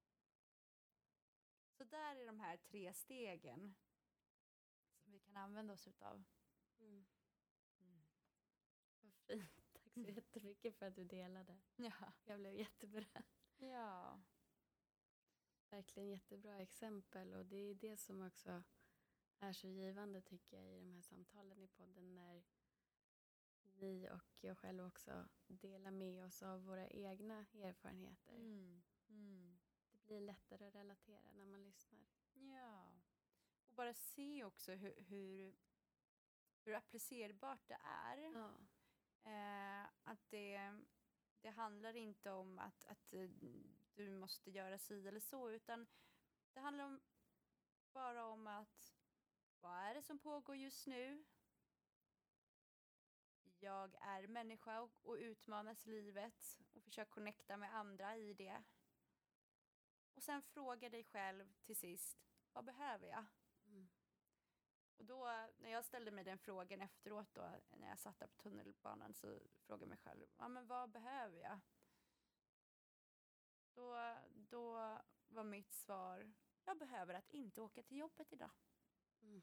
Så där är de här tre stegen som vi kan använda oss utav. Mm. Mm. Vad fint. Tack så jättemycket för att du delade. Ja. Jag blev jätteberörd. Ja. Verkligen jättebra exempel och det är det som också är så givande tycker jag i de här samtalen i podden när ni och jag själv också delar med oss av våra egna erfarenheter. Mm. Mm. Det blir lättare att relatera när man lyssnar. Ja. Och bara se också hur, hur, hur applicerbart det är. Ja. Eh, att det, det handlar inte om att, att du måste göra si eller så, utan det handlar om, bara om att vad är det som pågår just nu? Jag är människa och, och utmanas livet och försöker connecta med andra i det. Och sen fråga dig själv till sist, vad behöver jag? Mm. Och då, när jag ställde mig den frågan efteråt då, när jag satt där på tunnelbanan, så frågade jag mig själv, ja men vad behöver jag? Då, då var mitt svar, jag behöver att inte åka till jobbet idag. Mm.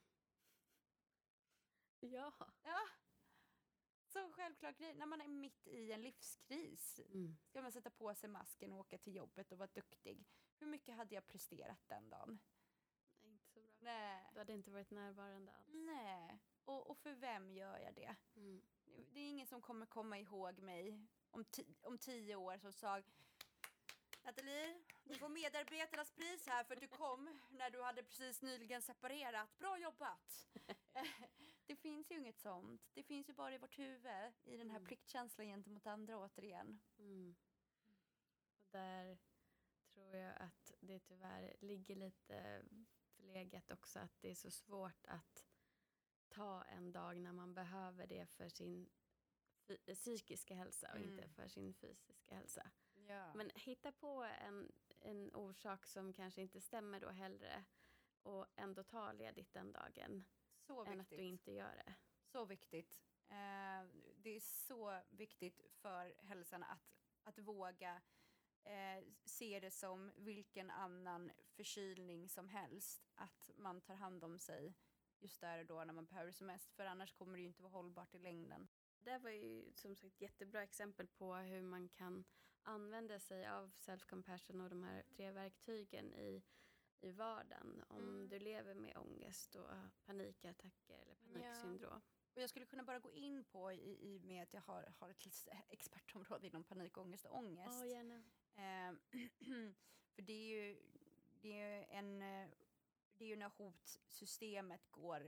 Ja. Ja. Så självklart grej, när man är mitt i en livskris, Mm. ska man sätta på sig masken och åka till jobbet och vara duktig. Hur mycket hade jag presterat den dagen? Nej, inte så bra. Nej. Du hade inte varit närvarande alls. Nej. Och, och för vem gör jag det? Mm. Det är ingen som kommer komma ihåg mig om, ti- om tio år som sa, Nathalie, du får medarbetarnas pris här för att du kom när du hade precis nyligen separerat. Bra jobbat! Det finns ju inget sånt. Det finns ju bara i vårt huvud, i den här Mm. pliktkänslan gentemot andra återigen. Mm. Och där tror jag att det tyvärr ligger lite förlegat också, att det är så svårt att ta en dag när man behöver det för sin fy- psykiska hälsa och Mm. inte för sin fysiska hälsa. Ja. Men hitta på en, en orsak som kanske inte stämmer då hellre och ändå ta ledigt den dagen Så än att viktigt. du inte gör det. Så viktigt. Eh, det är så viktigt för hälsan att, att våga eh, se det som vilken annan förkylning som helst. Att man tar hand om sig just där och då när man behöver som mest. För annars kommer det ju inte vara hållbart i längden. Det var ju som sagt jättebra exempel på hur man kan använda sig av self-compassion och de här tre verktygen i, i vardagen. Om Mm. du lever med ångest och panikattacker eller paniksyndrom. Och jag skulle kunna bara gå in på i, i med att jag har, har ett litet expertområde inom panikångest och ångest. Ja, gärna. Eh, för det är ju det är ju en eh, det är ju när hotsystemet går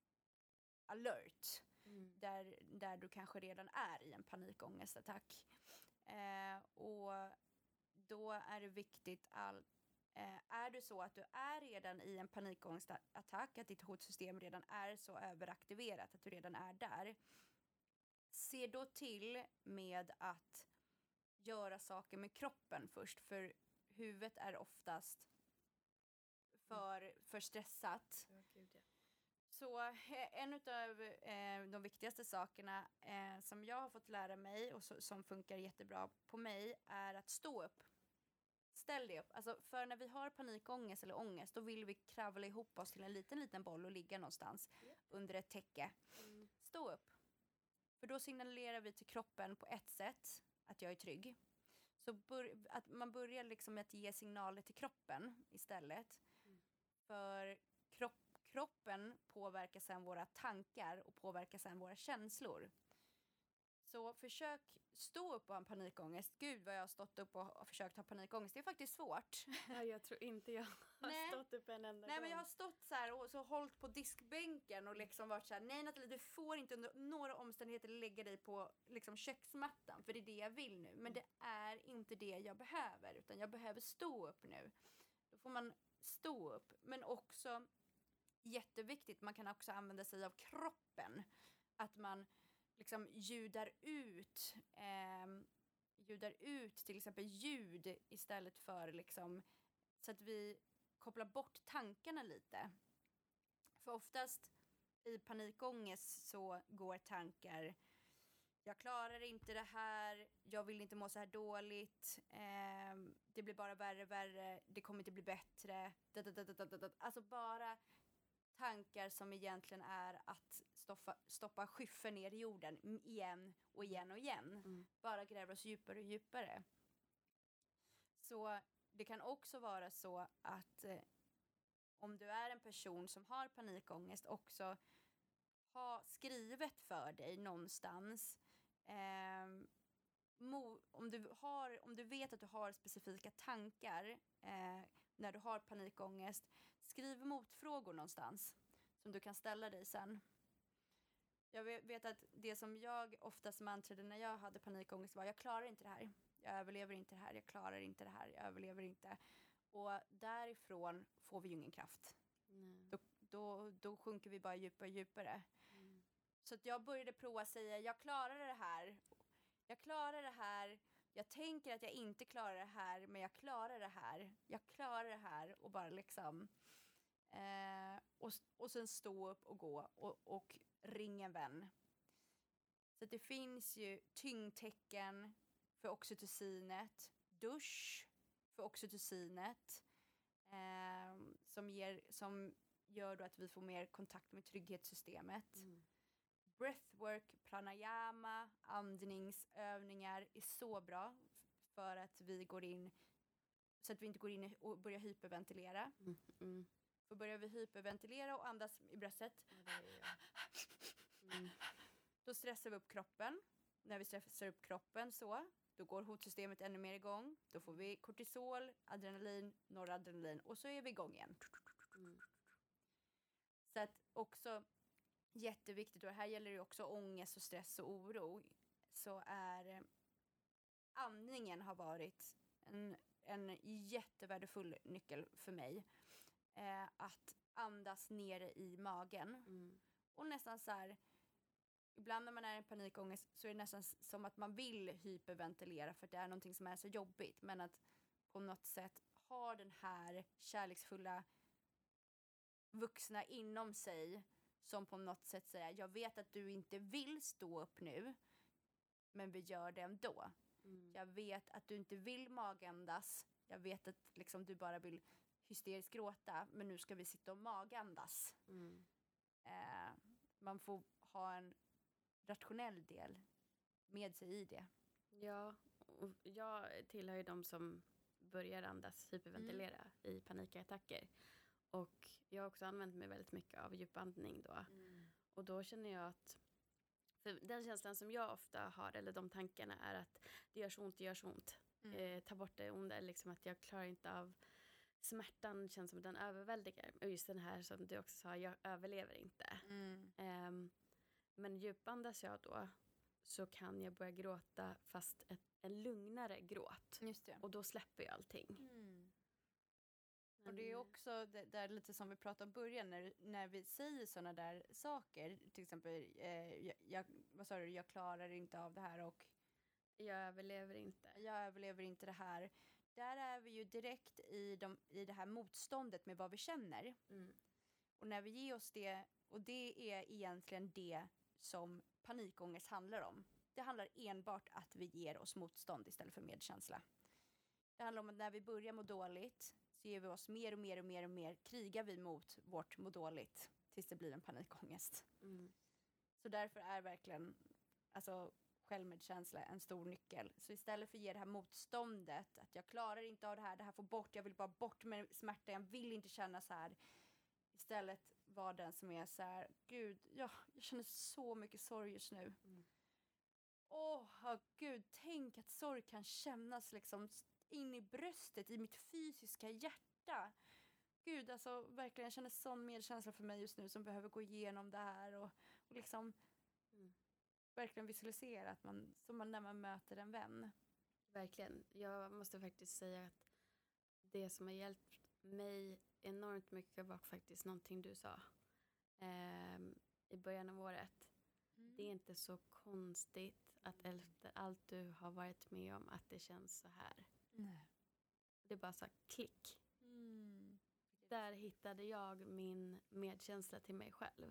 alert. Mm. Där, där du kanske redan är i en panikångestattack. Eh, och då är det viktigt all, eh, är det så att du är redan i en panikångestattack, att ditt hotsystem redan är så överaktiverat att du redan är där, se då till med att göra saker med kroppen först, för huvudet är oftast för, för stressat. Ja, gud, ja. Så eh, en av eh, de viktigaste sakerna eh, som jag har fått lära mig och so- som funkar jättebra på mig är att stå upp. Ställ dig upp. Alltså, för när vi har panikångest eller ångest, då vill vi kravla ihop oss till en liten, liten boll och ligga någonstans Yep. under ett täcke. Mm. Stå upp. För då signalerar vi till kroppen på ett sätt att jag är trygg. Så bör- att man börjar liksom med att ge signaler till kroppen istället. Mm. För kropp kroppen påverkar sedan våra tankar och påverkar sedan våra känslor. Så försök stå upp och ha en panikångest. Gud vad jag har stått upp och, och försökt ha panikångest. Det är faktiskt svårt. Ja, jag tror inte jag har Nej. stått upp en enda Nej, gång. men jag har stått så här och så hållit på diskbänken och liksom varit så här: nej Nathalie, du får inte under några omständigheter lägga dig på liksom köksmattan, för det är det jag vill nu. Men det är inte det jag behöver, utan jag behöver stå upp nu. Då får man stå upp, men också jätteviktigt, man kan också använda sig av kroppen. Att man liksom ljudar ut eh, ljudar ut till exempel ljud istället för liksom, så att vi kopplar bort tankarna lite. För oftast i panikångest så går tankar: jag klarar inte det här, jag vill inte må så här dåligt, eh, det blir bara värre värre, det kommer inte bli bättre. Da, da, da, da, da, da. Alltså bara tankar som egentligen är att stoppa, stoppa skyffen ner i jorden igen och igen och igen. Mm. Bara gräver oss djupare och djupare. Så det kan också vara så att eh, om du är en person som har panikångest, också ha skrivet för dig någonstans. Eh, mo- om, du har, om du vet att du har specifika tankar eh, när du har panikångest, skriv motfrågor någonstans som du kan ställa dig sen. Jag vet att det som jag oftast mantrade när jag hade panikångest var: jag klarar inte det här, jag överlever inte det här, jag klarar inte det här, jag överlever inte. Och därifrån får vi ju ingen kraft. Nej. Då, då, då sjunker vi bara djupare och djupare. Mm. Så att jag började prova att säga: jag klarar det här, jag klarar det här, jag tänker att jag inte klarar det här, men jag klarar det här, jag klarar det här, och bara liksom eh, och, och sen stå upp och gå och, och ring en vän. Så att det finns ju tyngdtecken för oxytocinet, dusch för oxytocinet, eh, som, ger, som gör då att vi får mer kontakt med trygghetssystemet. Mm. Breathwork, pranayama, andningsövningar är så bra för att vi går in, så att vi inte går in och börjar hyperventilera. Mm. Mm. För börjar vi hyperventilera och andas i bröstet, Ja, det är jag. Mm. då stressar vi upp kroppen. När vi stressar upp kroppen så, Då går hotsystemet ännu mer igång. Då får vi kortisol, adrenalin, noradrenalin och så är vi igång igen. Mm. Så att också jätteviktigt, och här gäller det också ångest och stress och oro, så är eh, andningen har varit en, en jättevärdefull nyckel för mig. Eh, att andas nere i magen. Mm. Och nästan så här, ibland när man är i panikångest så är det nästan som att man vill hyperventilera för att det är någonting som är så jobbigt. Men att på något sätt ha den här kärleksfulla vuxna inom sig som på något sätt säger, jag vet att du inte vill stå upp nu, men vi gör det ändå. Mm. Jag vet att du inte vill magandas. Jag vet att liksom, du bara vill hysteriskt gråta, men nu ska vi sitta och magandas. Mm. Eh, man får ha en rationell del med sig i det. Ja, och jag tillhör ju de som börjar andas, hyperventilera mm. i panikattacker. Och jag har också använt mig väldigt mycket av djupandning då. Mm. Och då känner jag att, för den känslan som jag ofta har, eller de tankarna, är att det gör så ont, det gör så ont. Mm. Eh, ta bort det onda, liksom att jag klarar inte av smärtan, känns som att den överväldigar. Och just den här som du också sa, jag överlever inte. Mm. Eh, men djupandas jag då, så kan jag börja gråta fast ett, en lugnare gråt. Just det. Och då släpper jag allting. Mm. Och det är också det där lite som vi pratade om början, när, när vi säger sådana där saker, till exempel eh, jag, jag, vad sa du, jag klarar inte av det här och jag överlever inte. Jag överlever inte det här. Där är vi ju direkt i, de, i det här motståndet med vad vi känner. Mm. Och när vi ger oss det, och det är egentligen det som panikångest handlar om. Det handlar enbart att vi ger oss motstånd istället för medkänsla. Det handlar om att när vi börjar må dåligt så ger vi oss mer och mer och mer och mer, krigar vi mot vårt må dåligt tills det blir en panikångest. Mm. Så därför är verkligen alltså, självmedkänsla en stor nyckel. Så istället för att ge det här motståndet, att jag klarar inte av det här, det här får bort, jag vill bara bort med smärta, jag vill inte känna så här. Istället vara den som är så här, gud, ja, jag känner så mycket sorg just nu. Mm. Åh, oh, gud, tänk att sorg kan kännas liksom in i bröstet, i mitt fysiska hjärta. Gud, alltså verkligen, jag känner sån medkänsla för mig just nu som behöver gå igenom det här och, och liksom mm. verkligen visualisera att man, som man när man möter en vän. Verkligen. Jag måste faktiskt säga att det som har hjälpt mig enormt mycket var faktiskt någonting du sa eh, i början av året. Mm. Det är inte så konstigt att efter allt du har varit med om att det känns så här. Nej. Det är bara så här klick. Mm. Där hittade jag min medkänsla till mig själv.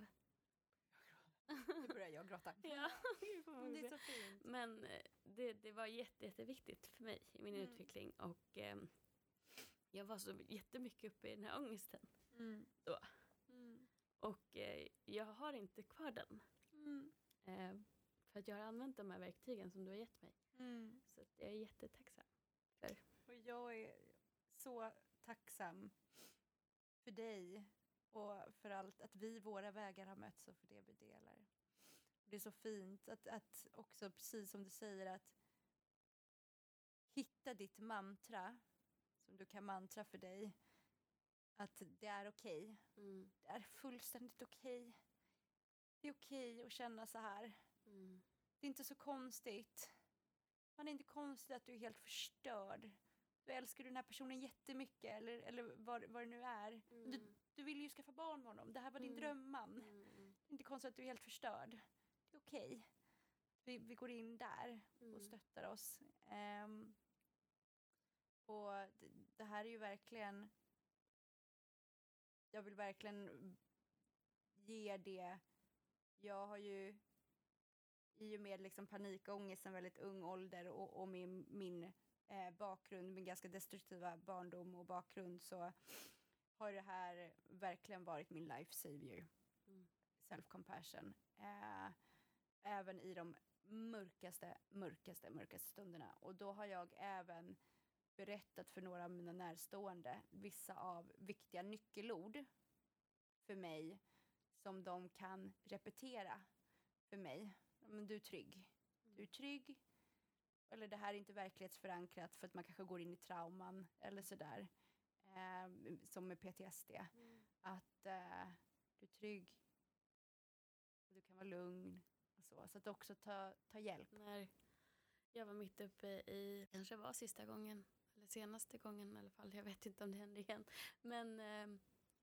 Nu börjar jag gråta. Ja, det är så fint. Men det, det var jätte, jätteviktigt för mig i min mm. utveckling. Och eh, jag var så jättemycket uppe i den här ångesten mm. då. Mm. Och eh, jag har inte kvar den. Mm. Eh, för att jag har använt de här verktygen som du har gett mig. Mm. Så att jag är jättetacksam för. Och jag är så tacksam för dig och för allt, att vi, våra vägar har mötts och för det vi delar. Det är så fint att, att också, precis som du säger, att hitta ditt mantra som du kan mantra för dig. Att det är okej. Mm. Det är fullständigt okej. Det är okej att känna så här. Mm. Det är inte så konstigt. Man är inte konstigt att du är helt förstörd. Du älskar den här personen jättemycket. Eller, eller vad, vad det nu är. Mm. Du, du vill ju skaffa barn med honom. Det här var din Mm. drömman. Mm. Det är inte konstigt att du är helt förstörd. Det är okej. Vi, vi går in där Mm. och stöttar oss. Um, och det, det här är ju verkligen... Jag vill verkligen ge det. Jag har ju i och med liksom panikångest en väldigt ung ålder och, och min, min eh, bakgrund, min ganska destruktiva barndom och bakgrund, så har det här verkligen varit min life savior. Mm. Self-compassion. Eh, även i de mörkaste, mörkaste, mörkaste stunderna. Och då har jag även berättat för några av mina närstående vissa av viktiga nyckelord för mig som de kan repetera för mig. Men du är trygg. Du är trygg. eller det här är inte verklighetsförankrat för att man kanske går in i trauman eller sådär. Eh, som med P T S D. Mm. Att eh, du är trygg. Och du kan vara lugn. Och så så att också ta, ta hjälp. När jag var mitt uppe i, kanske var sista gången, eller senaste gången i alla fall, jag vet inte om det händer igen. Men eh,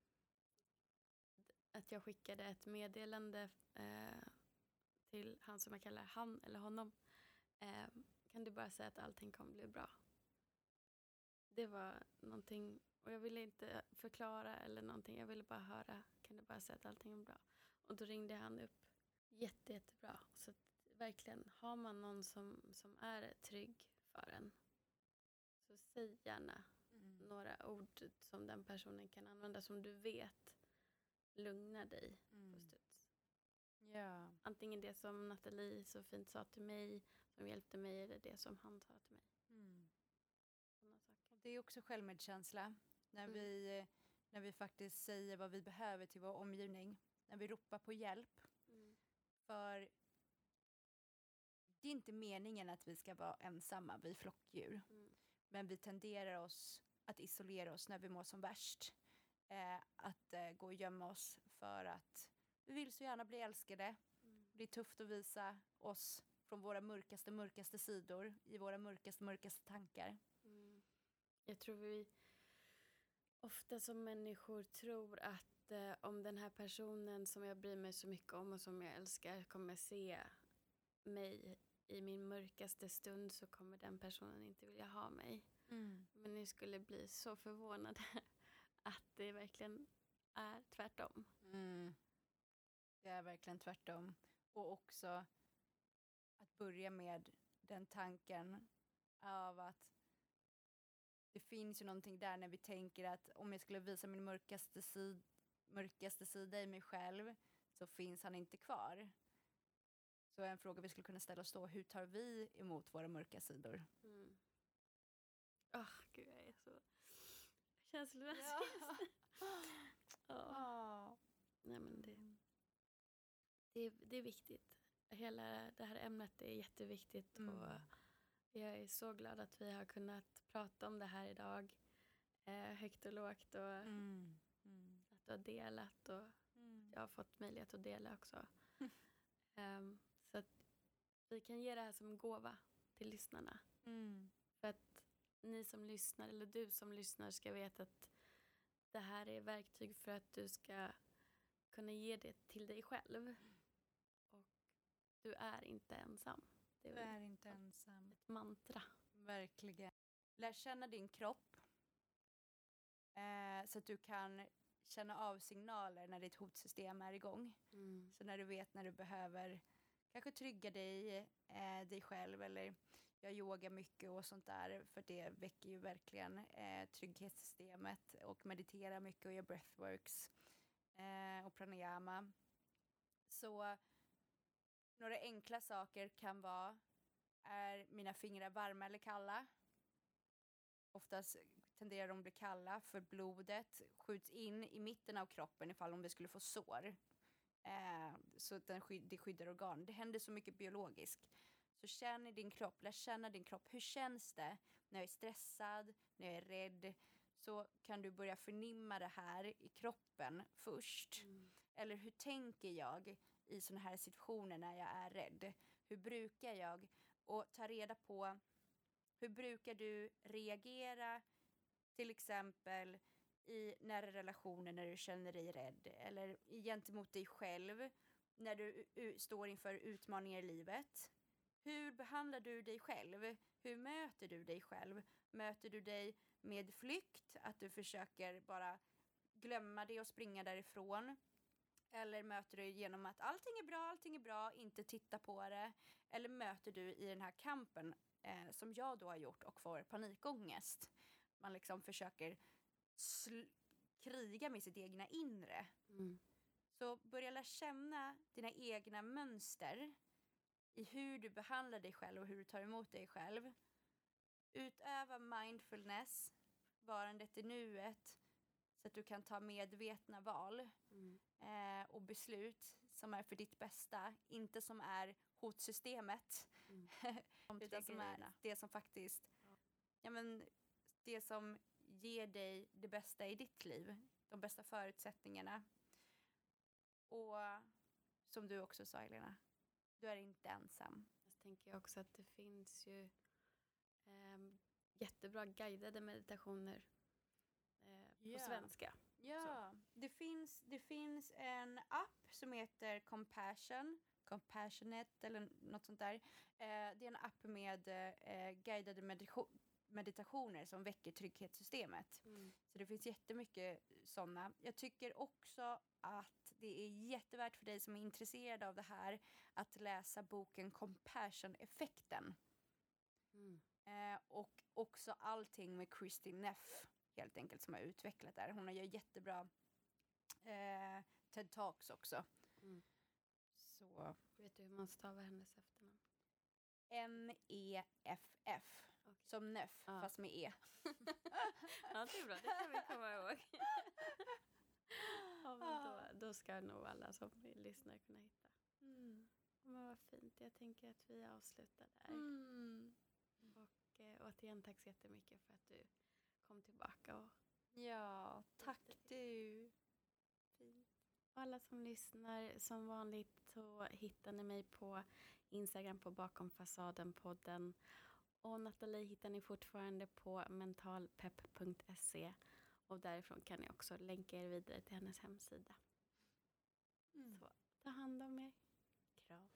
att jag skickade ett meddelande eh, till han som jag kallar han eller honom. Eh, kan du bara säga att allting kommer bli bra? Det var någonting, och jag ville inte förklara eller någonting, jag ville bara höra, kan du bara säga att allting är bra? Och då ringde han upp, jätte, jättebra. Så att, verkligen, har man någon som, som är trygg för en, så säg gärna Mm. några ord som den personen kan använda, som du vet lugnar dig Mm. på studs. Ja. Antingen det som Nathalie så fint sa till mig, som hjälpte mig, eller det som han sa till mig. Mm. Sådana saker. Det är också självmedkänsla. När, Mm. vi, när vi faktiskt säger vad vi behöver till vår omgivning. När vi ropar på hjälp. Mm. För det är inte meningen att vi ska vara ensamma, vi flockdjur. Mm. Men vi tenderar oss att isolera oss när vi mår som värst. Eh, att eh, gå och gömma oss för att vi vill så gärna bli älskade. Mm. Det är tufft att visa oss från våra mörkaste, mörkaste sidor. I våra mörkaste, mörkaste tankar. Mm. Jag tror vi ofta som människor tror att eh, om den här personen som jag bryr mig så mycket om och som jag älskar kommer se mig i min mörkaste stund, så kommer den personen inte vilja ha mig. Mm. Men ni skulle bli så förvånade att det verkligen är tvärtom. Mm. Det är verkligen tvärtom. Och också att börja med den tanken av att det finns ju någonting där när vi tänker att om jag skulle visa min mörkaste, sid- mörkaste sida i mig själv, så finns han inte kvar. Så en fråga vi skulle kunna ställa oss då: hur tar vi emot våra mörka sidor? Mm. Åh, gud, jag är så känslolös. Ja. Ja. Nej, men det, det, är, det är viktigt. Hela det här ämnet är jätteviktigt. Mm. Och jag är så glad att vi har kunnat prata om det här idag. Eh, högt och lågt. Och Mm. Mm. att du har delat. Och Mm. jag har fått möjlighet att dela också. um, så att vi kan ge det här som en gåva till lyssnarna. Mm. För att ni som lyssnar, eller du som lyssnar, ska veta att det här är verktyg för att du ska kunna ge det till dig själv. Och du är inte ensam. Det Du är är väl inte ensam. ett mantra. Verkligen. Lär känna din kropp. Eh, så att du kan känna av signaler när ditt hotsystem är igång. Mm. Så när du vet när du behöver kanske trygga dig, eh, dig själv, eller jag yogar mycket och sånt där, för det väcker ju verkligen eh, trygghetssystemet, och meditera mycket och gör breathworks eh, och pranayama. Så några enkla saker kan vara: är mina fingrar varma eller kalla? Oftast tenderar de att bli kalla, för blodet skjuts in i mitten av kroppen ifall om vi skulle få sår. Eh, så att den sky- det skyddar organ. Det händer så mycket biologiskt. Så känn i din kropp, lär känna din kropp. Hur känns det när jag är stressad, när jag är rädd? Så kan du börja förnimma det här i kroppen först. Mm. Eller hur tänker jag i såna här situationer när jag är rädd? Hur brukar jag? Och ta reda på, hur brukar du reagera till exempel i nära relationer när du känner dig rädd, eller gentemot dig själv när du u- står inför utmaningar i livet. Hur behandlar du dig själv? Hur möter du dig själv? Möter du dig med flykt, att du försöker bara glömma det och springa därifrån? Eller möter du genom att allting är bra, allting är bra, inte titta på det? Eller möter du i den här kampen eh, som jag då har gjort och får panikångest? Man liksom försöker sl- kriga med sitt egna inre. Mm. Så börja lära känna dina egna mönster i hur du behandlar dig själv och hur du tar emot dig själv. Utöva mindfulness, varandet i nuet. så att du kan ta medvetna val Mm. eh, och beslut som är för ditt bästa, inte som är hotsystemet. Mm. Utan som är det som faktiskt, Ja. ja men det som ger dig det bästa i ditt liv, de bästa förutsättningarna. Och som du också sa, Elena, du är inte ensam. Jag tänker också att det finns ju eh, jättebra guidade meditationer eh, Ja. på svenska. Ja, det finns, det finns en app som heter Compassion, Compassionate eller något sånt där. Eh, det är en app med eh, guidade medita- meditationer som väcker trygghetssystemet. Mm. Så det finns jättemycket sådana. Jag tycker också att det är jättevärt för dig som är intresserad av det här att läsa boken Compassion-effekten. Mm. Eh, och också allting med Kristin Neff helt enkelt som har utvecklat där. Hon har gör jättebra eh, TED-talks också. Mm. Så Vet du hur man stavar hennes efternamn? N E F F. Okay. Som Neff, Ja. fast med E. Ja, det är bra. Det kan vi komma ihåg. Ja, men då, då ska nog alla som lyssnar kunna hitta. Mm. Men vad fint. Jag tänker att vi avslutar där. Mm. Och eh, återigen tack så jättemycket för att du kom tillbaka. Och Ja, tack du. fint. Och alla som lyssnar, som vanligt så hittar ni mig på Instagram på Bakom fasaden-podden. Och Nathalie hittar ni fortfarande på mentalpepp punkt se. Och därifrån kan ni också länka er vidare till hennes hemsida. Mm. Så ta hand om er. Kram.